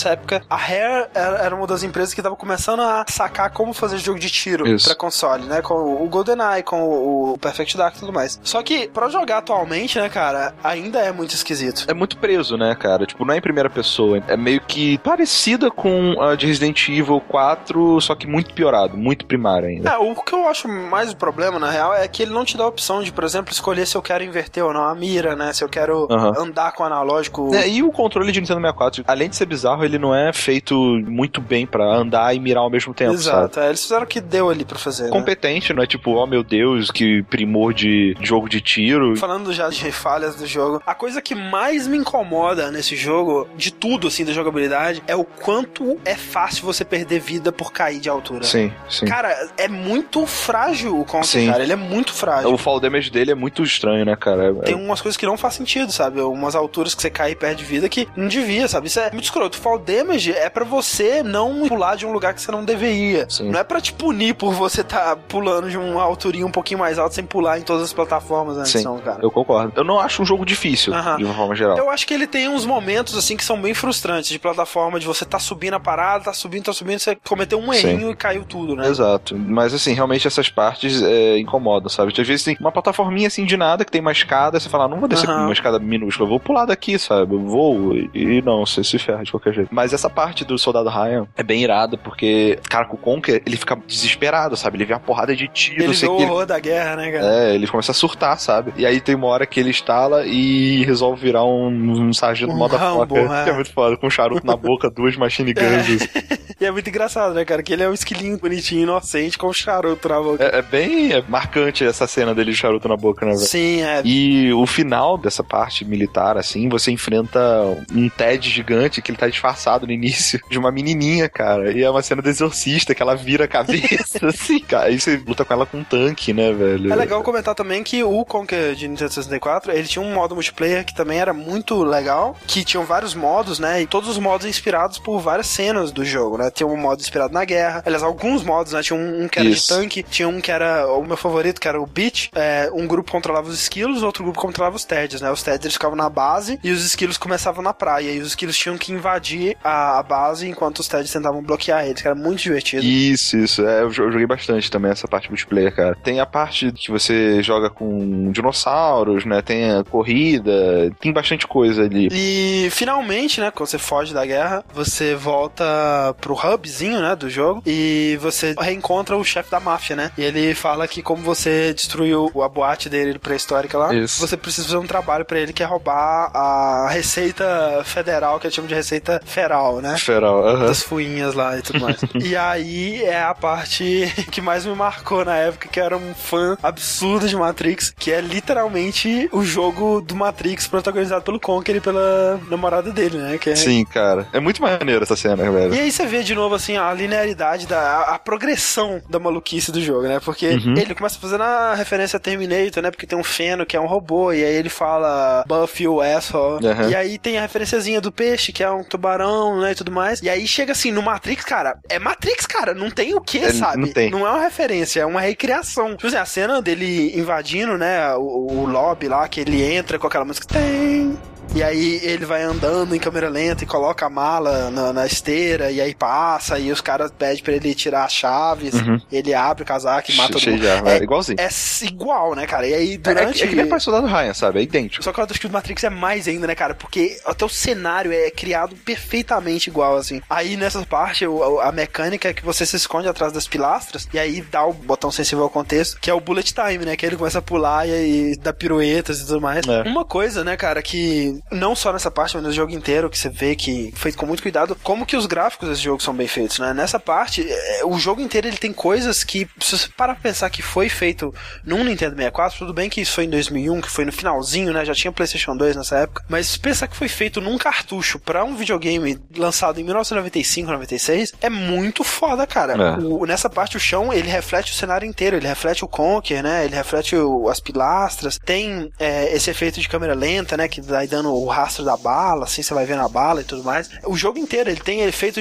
nessa época, a Rare era, era uma das empresas que tava começando a sacar como fazer jogo de tiro Isso. pra console, né? Com o GoldenEye, com o Perfect Dark e tudo mais. Só que, pra jogar atualmente, né, cara, ainda é muito esquisito. É muito preso, né, cara? Tipo, não é em primeira pessoa. É meio que parecida com a de Resident Evil quatro, só que muito piorado, muito primário ainda. É, o que eu acho mais o problema, na real, é que ele não te dá a opção de, por exemplo, escolher se eu quero inverter ou não a mira, né? Se eu quero uhum. andar com o analógico. É, e o controle de Nintendo sessenta e quatro, além de ser bizarro, ele não é feito muito bem pra andar e mirar ao mesmo tempo, Exato, sabe? É, eles fizeram o que deu ali pra fazer, competente, né? não é tipo, oh meu Deus, que primor de jogo de tiro. Falando já de falhas do jogo, a coisa que mais me incomoda nesse jogo, de tudo, assim, da jogabilidade, é o quanto é fácil você perder vida por cair de altura. Sim, sim. Cara, é muito frágil o Conker, sim. cara, ele é muito frágil. O fall damage dele é muito estranho, né, cara? Tem umas coisas que não faz sentido, sabe? Umas alturas que você cai e perde vida que não devia, sabe? Isso é muito escroto. Fall damage é pra você não pular de um lugar que você não deveria. Sim. Não é pra te punir por você tá pulando de uma alturinha um pouquinho mais alta sem pular em todas as plataformas na edição, cara. Eu concordo. Eu não acho um jogo difícil, uh-huh. de uma forma geral. Eu acho que ele tem uns momentos, assim, que são bem frustrantes de plataforma, de você tá subindo a parada, tá subindo, tá subindo, você cometeu um errinho Sim. e caiu tudo, né? Exato. Mas, assim, realmente essas partes é, incomodam, sabe? Às vezes tem uma plataforminha, assim, de nada, que tem uma escada, você fala, não vou descer uh-huh. uma escada minúscula, eu vou pular daqui, sabe? Eu vou e não, você se ferra de qualquer jeito. Mas essa parte do Soldado Ryan é bem irada, porque, cara, com o Conker, ele fica desesperado, sabe? Ele vê uma porrada de tiro, ele sei vê o que horror ele... da guerra, né, cara? É, ele começa a surtar, sabe? E aí tem uma hora que ele instala e resolve virar um, um sargento um motherfucker, é. que é muito foda, com um charuto na boca, duas machine guns. É. E é muito engraçado, né, cara? Que ele é um esquilinho bonitinho, inocente, com um charuto na boca. É, é bem é marcante essa cena dele de charuto na boca, né, velho? Sim, é. E o final dessa parte militar, assim, você enfrenta um Ted gigante que ele tá disfarçado no início de uma menininha, cara. E é uma cena do Exorcista, que ela vira a cabeça, assim, cara. Aí você luta com ela com um tanque, né, velho? É legal comentar também que o Conker de Nintendo sessenta e quatro, ele tinha um modo multiplayer que também era muito legal, que tinham vários modos, né? E todos os modos inspirados por várias cenas do jogo, né? Tinha um modo inspirado na guerra. Aliás, alguns modos, né? Tinha um, um que era Isso. de tanque, tinha um que era o meu favorito, que era o Beach. É, um grupo controlava os esquilos, outro grupo controlava os Teds, né? Os Teds eles ficavam na base e os esquilos começavam na praia. E os esquilos tinham que invadir a, a base enquanto os Teds tentavam bloquear eles, que era muito divertido. Isso, isso. É, eu joguei bastante também essa parte multiplayer, cara. Tem a parte que você joga com dinossauros, né? Tem a corrida, tem bastante coisa ali. E finalmente, né? Quando você foge da guerra, você volta pro hubzinho, né? Do jogo e você reencontra o chefe da máfia, né? E ele fala que como você destruiu a boate dele pré-histórica lá, Isso. você precisa fazer um trabalho pra ele que é roubar a receita federal, que eles chamam de receita feral, né? Feral, aham. Uh-huh. Das fuinhas lá e tudo mais. E aí é a parte que mais me marcou na época, que eu era um fã absurdo de Matrix, que é literalmente o jogo do Matrix protagonizado pelo Conker e pela namorada dele, né? Que é... Sim, cara. É muito maneiro essa cena, velho. E aí você vê de novo, assim, a linearidade, da, a, a progressão da maluquice do jogo, né? Porque uhum. ele começa fazendo a referência a Terminator, né? Porque tem um feno que é um robô, e aí ele fala Buff you asshole. Uhum. E aí tem a referenciazinha do peixe, que é um tubarão, né? E tudo mais. E aí chega assim, no Matrix, cara, é Matrix, cara, não tem o que, é, sabe? Não tem. Não é uma referência, é uma recriação. Tipo assim, a cena dele invadindo, né? O, o lobby lá, que ele entra com aquela música. Tem... E aí ele vai andando em câmera lenta e coloca a mala na, na esteira, e aí passa, e os caras pedem pra ele tirar as chaves, uhum. ele abre o casaco e mata todo mundo. É, é igualzinho. É igual, né, cara? E aí durante... É, é, é que nem a Soldado Ryan, sabe? É idêntico. Só que eu acho que o Matrix é mais ainda, né, cara? Porque até o cenário é criado perfeitamente igual, assim. Aí nessa parte, a mecânica é que você se esconde atrás das pilastras, e aí dá o botão sensível ao contexto, que é o bullet time, né? Que ele começa a pular e aí dá piruetas e tudo mais. É. Uma coisa, né, cara, que não só nessa parte, mas no jogo inteiro, que você vê que feito com muito cuidado, como que os gráficos desse jogo são bem feitos, né? Nessa parte, o jogo inteiro ele tem coisas que, se você parar pra pensar que foi feito num Nintendo sessenta e quatro, tudo bem que isso foi em dois mil e um, que foi no finalzinho, né? Já tinha PlayStation dois nessa época, mas pensar que foi feito num cartucho pra um videogame lançado em mil novecentos e noventa e cinco, noventa e seis, é muito foda, cara. É. O, nessa parte, o chão, ele reflete o cenário inteiro, ele reflete o Conker, né? Ele reflete o, as pilastras, tem é, esse efeito de câmera lenta, né? Que vai dando o rastro da bala, assim, você vai vendo a bala e tudo mais. O jogo inteiro, ele tem efeito de iluminação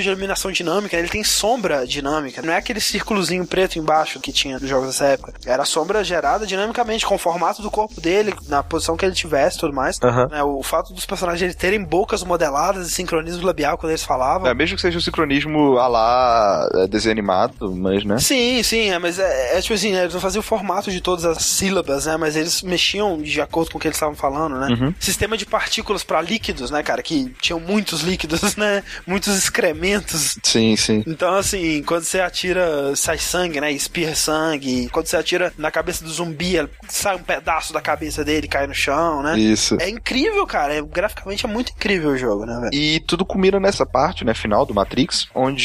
movimentação dinâmica, ele tem sombra dinâmica. Não é aquele círculozinho preto embaixo que tinha nos jogos dessa época. Era a sombra gerada dinamicamente, com o formato do corpo dele, na posição que ele tivesse e tudo mais. Uhum. É, o fato dos personagens terem bocas modeladas e sincronismo labial quando eles falavam. É, mesmo que seja um sincronismo a lá é, desenho animado, mas, né? Sim, sim, é, mas é, é tipo assim, né, eles não faziam o formato de todas as sílabas, né, mas eles mexiam de acordo com o que eles estavam falando, né? Uhum. Sistema de partículas pra líquidos, né, cara, que tinham muitos líquidos, né, muitos excrementos. Sim, sim. Então, assim, quando você atira, sai sangue, né, espirra sangue. Quando você atira na cabeça do zumbi, sai um pedaço da cabeça dele e cai no chão, né? Isso. É incrível, cara, é, graficamente é muito incrível o jogo, né, velho? E tudo culmina nessa parte, né, final do Matrix,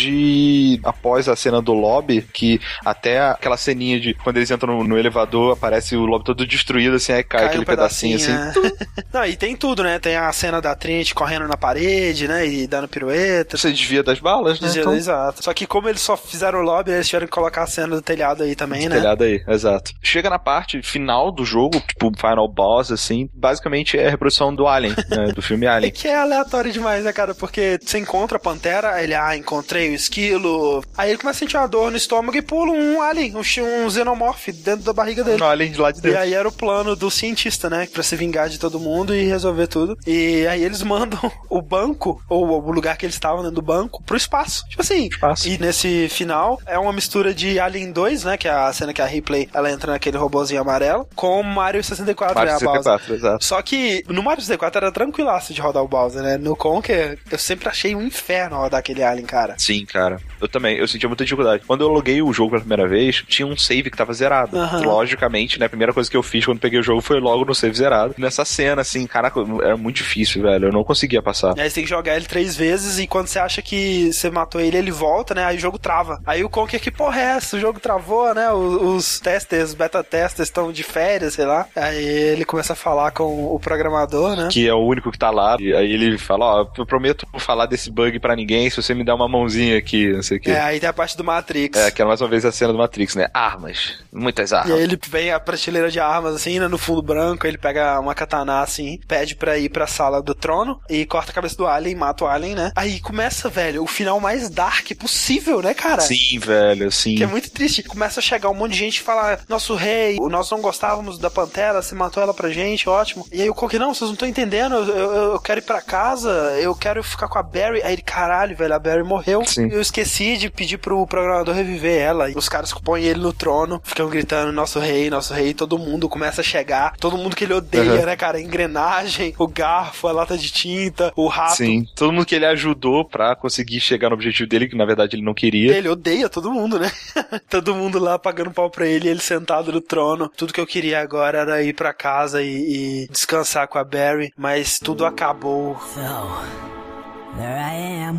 onde após a cena do lobby, que até aquela ceninha de quando eles entram no, no elevador, aparece o lobby todo destruído, assim, aí cai, cai aquele um pedacinho, pedacinho assim. É. Não, e tem tudo, né? Tem a cena da Trinity correndo na parede, né? E dando pirueta. Você desvia das balas, né? Desvia, então... Exato. Só que como eles só fizeram o lobby, eles tiveram que colocar a cena do telhado aí também, do né? telhado aí, exato. Chega na parte final do jogo, tipo, Final Boss, assim, basicamente é a reprodução do Alien, né? Do filme Alien. É que é aleatório demais, né, cara? Porque você encontra a Pantera, ele, ah, encontrei o esquilo. Aí ele começa a sentir uma dor no estômago e pula um alien, um, um xenomorph dentro da barriga dele. Um alien de lá de dentro. E aí era o plano do cientista, né? Pra se vingar de todo mundo e resolver tudo. E aí eles mandam o banco, ou o lugar que eles estavam dentro do banco, pro espaço. Tipo assim. Espaço. E nesse final é uma mistura de Alien dois, né? Que é a cena que a Ripley, ela entra naquele robôzinho amarelo, com Mario sessenta e quatro, Mario né? A sessenta e quatro, exato. Só que no Mario sessenta e quatro era tranquilaço de rodar o Bowser, né? No Conker, eu sempre achei um inferno rodar aquele Alien, cara. Sim, cara. Eu também. Eu sentia muita dificuldade. Quando eu loguei o jogo pela primeira vez, tinha um save que tava zerado. Uhum. Logicamente, né? A primeira coisa que eu fiz quando peguei o jogo foi logo no save zerado. Nessa cena, assim, caraca, era muito difícil, velho. Eu não conseguia passar. E aí você tem que jogar ele três vezes e quando você acha que você matou ele, ele volta, né? Aí o jogo trava. Aí o Conker, que porra é essa? O jogo travou, né? Os, os testers, beta testers estão de férias, sei lá. Aí ele começa a falar com o programador, né? Que é o único que tá lá. E aí ele fala, ó, eu prometo não falar desse bug pra ninguém se você me der uma mãozinha aqui, não sei o que. É, aí tem a parte do Matrix. É, que é mais uma vez a cena do Matrix, né? Armas. Muitas armas. E aí ele vem a prateleira de armas, assim, né, no fundo branco, ele pega uma katana, assim, pede pra ir pra sala do trono e corta a cabeça do Alien, mata o Alien, né? Aí começa, velho, o final mais dark possível, né, cara? Sim, velho, sim. Que é muito triste. Começa a chegar um monte de gente e falar, nosso rei, nós não gostávamos da Pantera, você matou ela pra gente, ótimo. E aí o Conker, não, vocês não estão entendendo, eu, eu, eu quero ir pra casa, eu quero ficar com a Barry. Aí ele, caralho, velho, a Barry morreu. Sim. Eu esqueci de pedir pro programador reviver ela. E os caras põem ele no trono, ficam gritando, nosso rei, nosso rei, todo mundo começa a chegar, todo mundo que ele odeia, uhum. né, cara? A engrenagem, o garfo, a lata de tinta, o rato. Sim, todo mundo que ele ajudou pra conseguir chegar no objetivo dele, que na verdade ele não queria. Ele odeia todo mundo, né? Todo mundo lá pagando pau pra ele, ele sentado no trono. Tudo que eu queria agora era ir pra casa e, e descansar com a Barry, mas tudo acabou. So, there I am,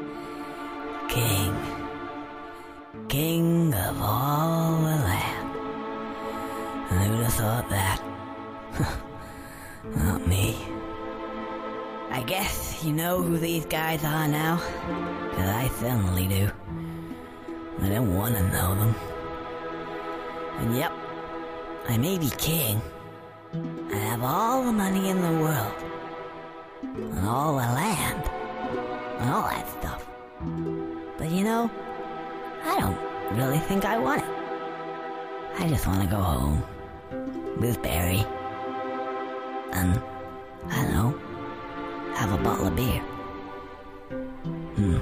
King. King of all the land. And who'd have thought that? Not me. I guess you know who these guys are now? 'Cause I certainly do. I don't want to know them. And yep, I may be king. I have all the money in the world. And all the land. And all that stuff. But you know, I don't really think I want it. I just want to go home with Barry and, I don't know, have a bottle of beer. Hmm.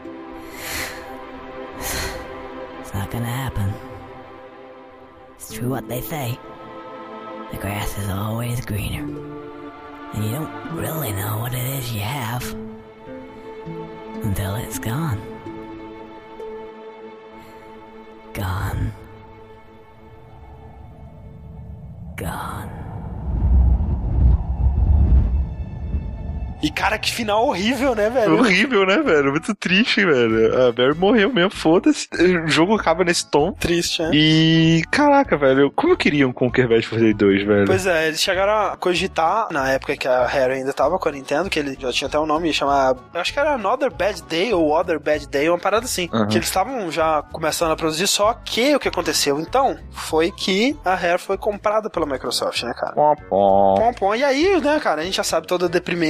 It's not gonna happen. It's true what they say. The grass is always greener. And you don't really know what it is you have until it's gone. Gone. Gone. E cara, que final horrível, né, velho? Horrível, né, velho? Muito triste, velho. A Barry morreu mesmo, foda-se. O jogo acaba nesse tom. Triste, né? E, caraca, velho, como eu queria um Conker Bad Fur Day dois, velho? Pois é, eles chegaram a cogitar, na época que a Rare ainda tava com a Nintendo, que ele já tinha até um nome, chama, eu acho que era Another Bad Day ou Other Bad Day, uma parada assim. Uhum. Que eles estavam já começando a produzir, só que o que aconteceu, então, foi que a Rare foi comprada pela Microsoft, né, cara? Pom, pom. Pom, pom. E aí, né, cara, a gente já sabe toda a deprimência que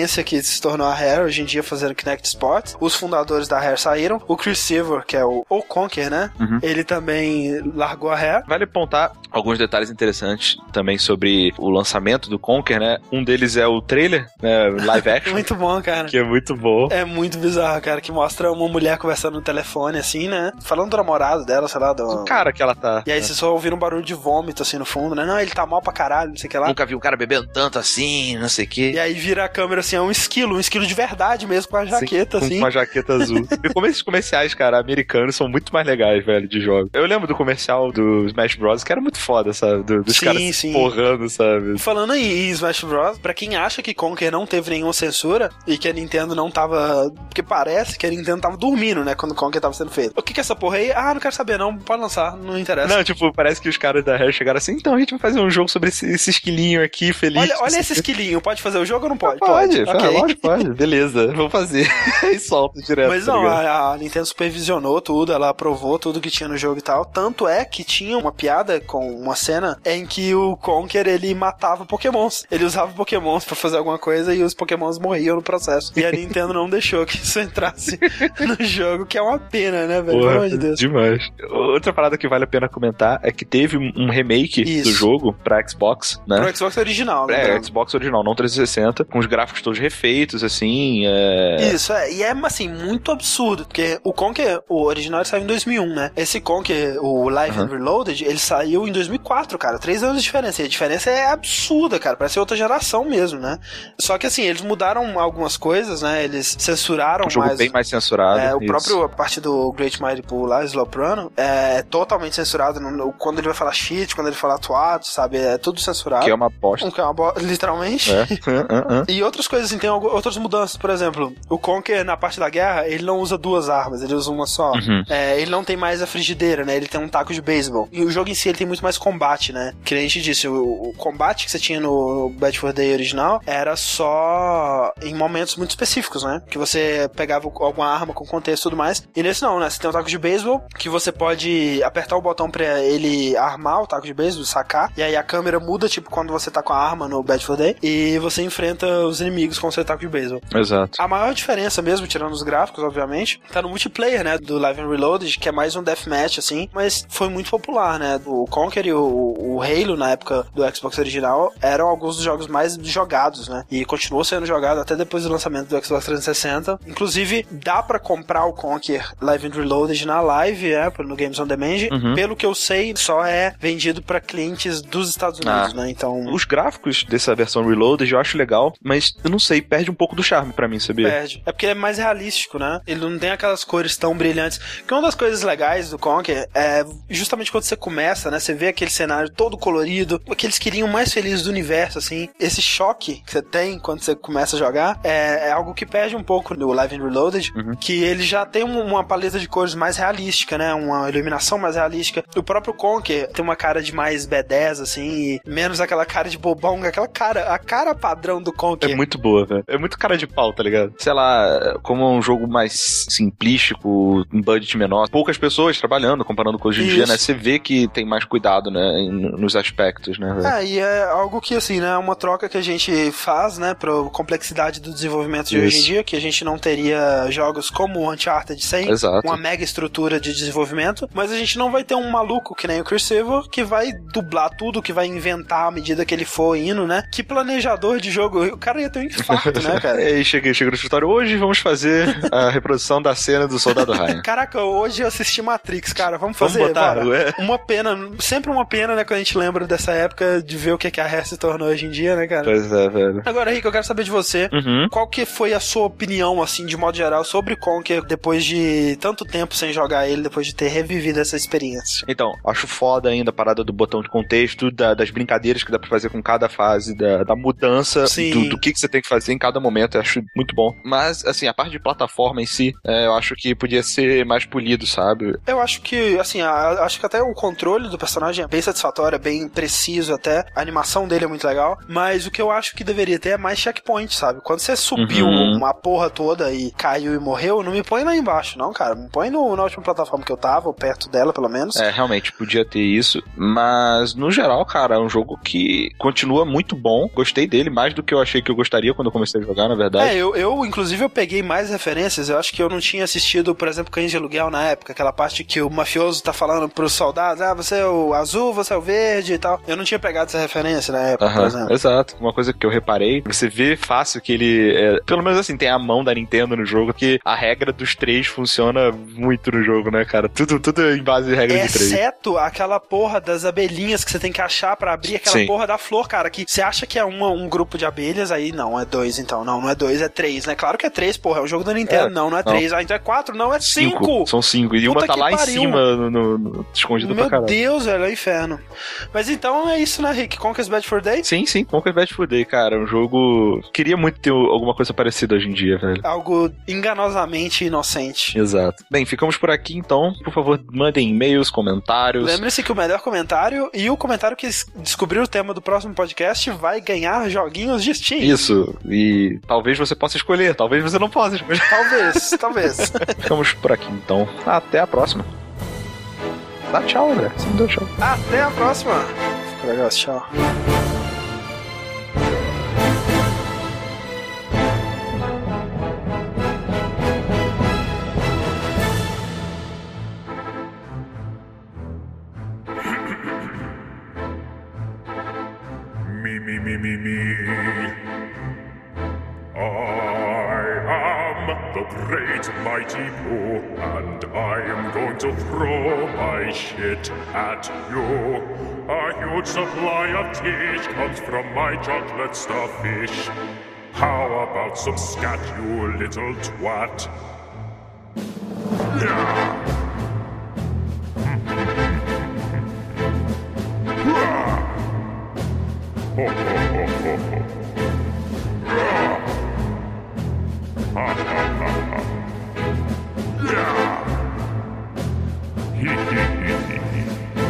se tornou a Rare, hoje em dia fazendo Kinect Sports. Os fundadores da Rare saíram. O Chris Silver, que é o, o Conker, né? Uhum. Ele também largou a Rare. Vale apontar alguns detalhes interessantes também sobre o lançamento do Conker, né? Um deles é o trailer, né? Live action. Muito bom, cara. Que é muito bom. É muito bizarro, cara, que mostra uma mulher conversando no telefone, assim, né? Falando do namorado dela, sei lá, do... O cara que ela tá. E aí você só ouvindo um barulho de vômito, assim, no fundo, né? Não, ele tá mal pra caralho, não sei o que lá. Nunca vi um cara bebendo tanto assim, não sei o que. E aí vira a câmera, assim, é um esquilo, um esquilo de verdade mesmo, com a jaqueta, Sim, assim. Com uma jaqueta azul. E como esses comerciais, cara, americanos são muito mais legais, velho, de jogo. Eu lembro do comercial do Smash Bros, que era muito foda, sabe? Do, dos sim, caras sim. porrando, sabe? Falando aí em Smash Bros, pra quem acha que Conker não teve nenhuma censura e que a Nintendo não tava... Porque parece que a Nintendo tava dormindo, né, quando Conker tava sendo feito. O que que é essa porra aí? Ah, não quero saber não, pode lançar, não interessa. Não, tipo, parece que os caras da Rare chegaram assim, então a gente vai fazer um jogo sobre esse, esse esquilinho aqui, feliz. Olha, olha esse esquilinho, pode fazer o jogo ou não pode? Ah, pode, pode. Okay. Ah, lógico, pode. Beleza, vou fazer. E solta direto. Mas não, tá a, a Nintendo supervisionou tudo, ela aprovou tudo que tinha no jogo e tal. Tanto é que tinha uma piada com uma cena em que o Conker, ele matava pokémons. Ele usava pokémons pra fazer alguma coisa e os pokémons morriam no processo. E a Nintendo não deixou que isso entrasse no jogo, que é uma pena, né, velho? Pelo amor de Deus. Demais. Outra parada que vale a pena comentar é que teve um remake isso. do jogo pra Xbox, né? Pro Xbox original, né? É, Xbox original, não trezentos e sessenta, com os gráficos todos refeitos, assim, é... Isso, é. E é, assim, muito absurdo, porque o Conker, o original, saiu em dois mil e um, né? Esse Conker, o Live uhum. and Reloaded, ele saiu em dois mil e quatro, cara. Três anos de diferença. E a diferença é absurda, cara. Parece outra geração mesmo, né? Só que, assim, eles mudaram algumas coisas, né? Eles censuraram um jogo mais... bem mais censurado. É, o isso. próprio, a parte do Great Mighty Pool lá, Sloprano, é totalmente censurado. No, quando ele vai falar cheat, quando ele fala atuado, sabe? É tudo censurado. Que é uma bosta. Que é uma bosta, literalmente. É. uh, uh, uh. E outras coisas, assim, tem outras mudanças. Por exemplo, o Conker, na parte da guerra, ele não usa duas armas, ele usa uma só. Uhum. É, ele não tem mais a frigideira, né? Ele tem um taco de beisebol. E o jogo em si, ele tem muito mais combate, né? Que a gente disse, o, o combate que você tinha no Bad Fur Day original era só em momentos muito específicos, né? Que você pegava alguma arma com contexto e tudo mais. E nesse não, né? Você tem um taco de beisebol que você pode apertar o botão pra ele armar o taco de beisebol, sacar, e aí a câmera muda, tipo, quando você tá com a arma no Bad Fur Day, e você enfrenta os inimigos com o seu taco de beisebol. Exato. A maior diferença mesmo, tirando os gráficos, obviamente, tá no multiplayer, né? Do Live and Reloaded, que é mais um deathmatch, assim, mas foi muito popular, né? O Conker e o, o Halo, na época do Xbox original, eram alguns dos jogos mais jogados, né? E continuou sendo jogado até depois do lançamento do Xbox trezentos e sessenta. Inclusive, dá pra comprar o Conker Live and Reloaded na Live, é, no Games on Demand. Uhum. Pelo que eu sei, só é vendido pra clientes dos Estados Unidos, ah, né? Então... Os gráficos dessa versão Reloaded eu acho legal, mas eu não sei, perde um pouco do charme pra mim, sabia? Perde. É porque é mais realístico, né? Ele não tem aquelas cores tão brilhantes. Porque uma das coisas legais do Conker é justamente quando você começa, né? Você vê aquele cenário todo colorido, aqueles quilinhos mais felizes do universo, assim. Esse choque que você tem quando você começa a jogar é, é algo que perde um pouco no Live and Reloaded, uhum. que ele já tem uma paleta de cores mais realística, né? Uma iluminação mais realística. O próprio Conker tem uma cara de mais B dez, assim, e menos aquela cara de bobão, aquela cara, a cara padrão do Conker. É muito boa, velho. É muito cara de pau, tá ligado? Sei lá, como é um jogo mais simplístico, um budget menor, poucas pessoas trabalhando, comparando com hoje em Isso. dia, né? Você vê que tem mais cuidado, né? Nos aspectos, né? Véio? É, e é algo que, assim, né? É uma troca que a gente faz, né? Pra complexidade do desenvolvimento de Isso. hoje em dia, que a gente não teria jogos como o Uncharted sem Exato. uma mega estrutura de desenvolvimento, mas a gente não vai ter um maluco que nem o Chris Silver que vai dublar tudo, que vai inventar à medida que ele for indo, né? Que planejador de jogo, o cara ia ter um infarto, né, cara? E aí chega, chega no escritório, hoje vamos fazer a reprodução da cena do Soldado Ryan. Caraca, hoje eu assisti Matrix, cara, vamos fazer, vamos botar, bora. Uma pena, sempre uma pena, né, quando a gente lembra dessa época de ver o que a Rare se tornou hoje em dia, né, cara? Pois é, velho. Agora, Rick, eu quero saber de você, uhum. qual que foi a sua opinião, assim, de modo geral, sobre Conker depois de tanto tempo sem jogar ele, depois de ter revivido essa experiência? Então, acho foda ainda a parada do botão de contexto, da, das brincadeiras que dá pra fazer com cada fase, da, da mudança do, do que, que você tem que fazer em cada momento, eu acho muito bom. Mas, assim, a parte de plataforma em si, é, eu acho que podia ser mais polido, sabe? Eu acho que, assim, a, acho que até o controle do personagem é bem satisfatório, é bem preciso até, a animação dele é muito legal, mas o que eu acho que deveria ter é mais checkpoint, sabe? Quando você subiu uhum. uma porra toda e caiu e morreu, não me põe lá embaixo, não, cara. Me põe no, na última plataforma que eu tava, ou perto dela, pelo menos. É, realmente, podia ter isso, mas, no geral, cara, é um jogo que continua muito bom, gostei dele mais do que eu achei que eu gostaria quando eu comecei você jogar, na verdade. É, eu, eu, inclusive, eu peguei mais referências. Eu acho que eu não tinha assistido, por exemplo, Cães de Aluguel na época, aquela parte que o mafioso tá falando pros soldados, ah, você é o azul, você é o verde e tal. Eu não tinha pegado essa referência na época, uh-huh, por exemplo. Exato. Uma coisa que eu reparei, você vê fácil que ele, é, pelo menos assim, tem a mão da Nintendo no jogo, que a regra dos três funciona muito no jogo, né, cara? Tudo, tudo em base de regra de três. Exceto aquela porra das abelhinhas que você tem que achar pra abrir aquela Sim. porra da flor, cara, que você acha que é uma, um grupo de abelhas, aí não, é dois então. Não, não é dois, é três, né? Claro que é três, porra, é um jogo da Nintendo. É, não, não é não. três. Ah, então é quatro, não, é cinco. cinco. São cinco. E Puta uma tá lá pariu. Em cima, no, no, no, escondido Meu pra caralho. Meu Deus, velho, é o inferno. Mas então é isso, né, Rick? Conker's Bad Fur Day? Sim, sim, Conker's Bad Fur Day, cara. Um jogo... Queria muito ter alguma coisa parecida hoje em dia, velho. Algo enganosamente inocente. Exato. Bem, ficamos por aqui, então. Por favor, mandem e-mails, comentários. Lembre-se que o melhor comentário e o comentário que descobrir o tema do próximo podcast vai ganhar joguinhos de Steam. Isso. E talvez você possa escolher, talvez você não possa escolher. Talvez, talvez. Ficamos por aqui, então. Até a próxima. Dá tchau, André. Você me deu tchau. Até a próxima. Ficou legal, tchau. Me, me, me, me, me. I am the great mighty Pooh, and I am going to throw my shit at you. A huge supply of teach comes from my chocolate starfish. How about some scat, you little twat? Yeah. Ho, ho, ho, ho, ho. Ha, ha, ha, ha. Yeah. He, he, he, he, he.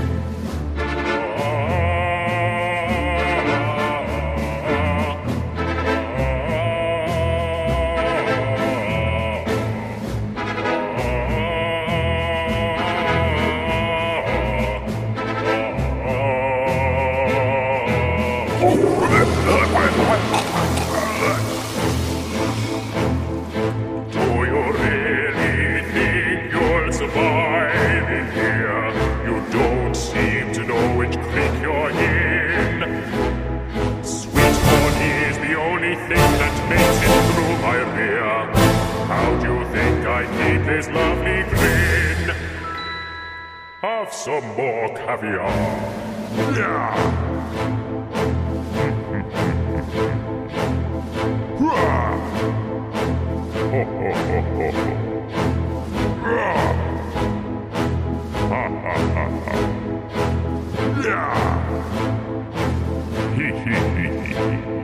This lovely grin. Have some more caviar. Yeah. Ho, ho, ho, ho, ho. Ha, ha, ha, ha. Yeah. He, he, he, he, he.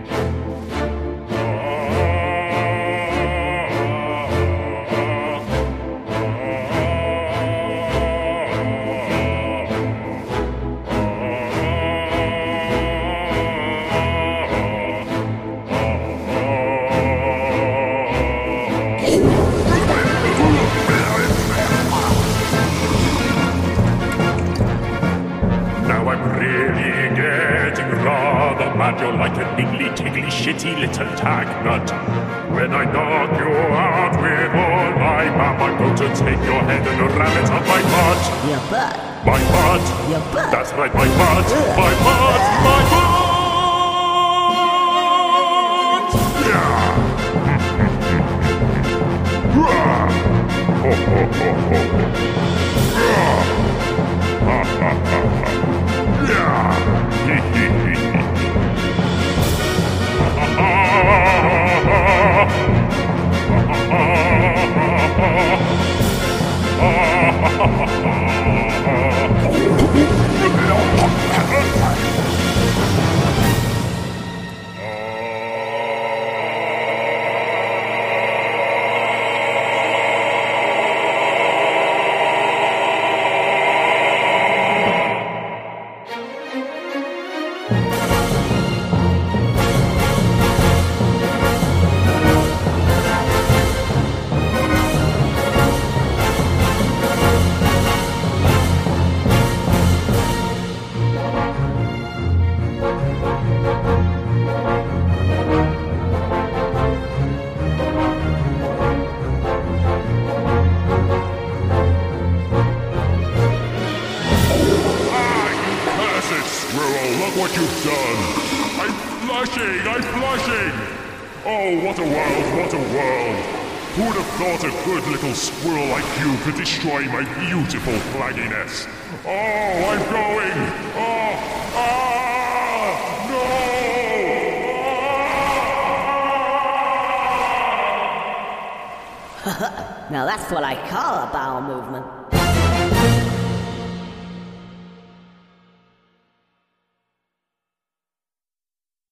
You're like a niggly, tiggly, shitty little tag nut. When I knock you out with all my bam, I'm going to take your head and ram it up my butt. Your butt. My butt. Your butt. That's right, my butt. Ugh. My butt. My butt. Yeah. Ho, ho, ho, ho. Ha, ha, ha, ha. Yeah. He, he, he. done? I'm flushing! I'm flushing! Oh, what a world, what a world! Who'd have thought a good little squirrel like you could destroy my beautiful flagginess? Oh, I'm going! Oh, ah, no! Now that's what I call a bowel movement.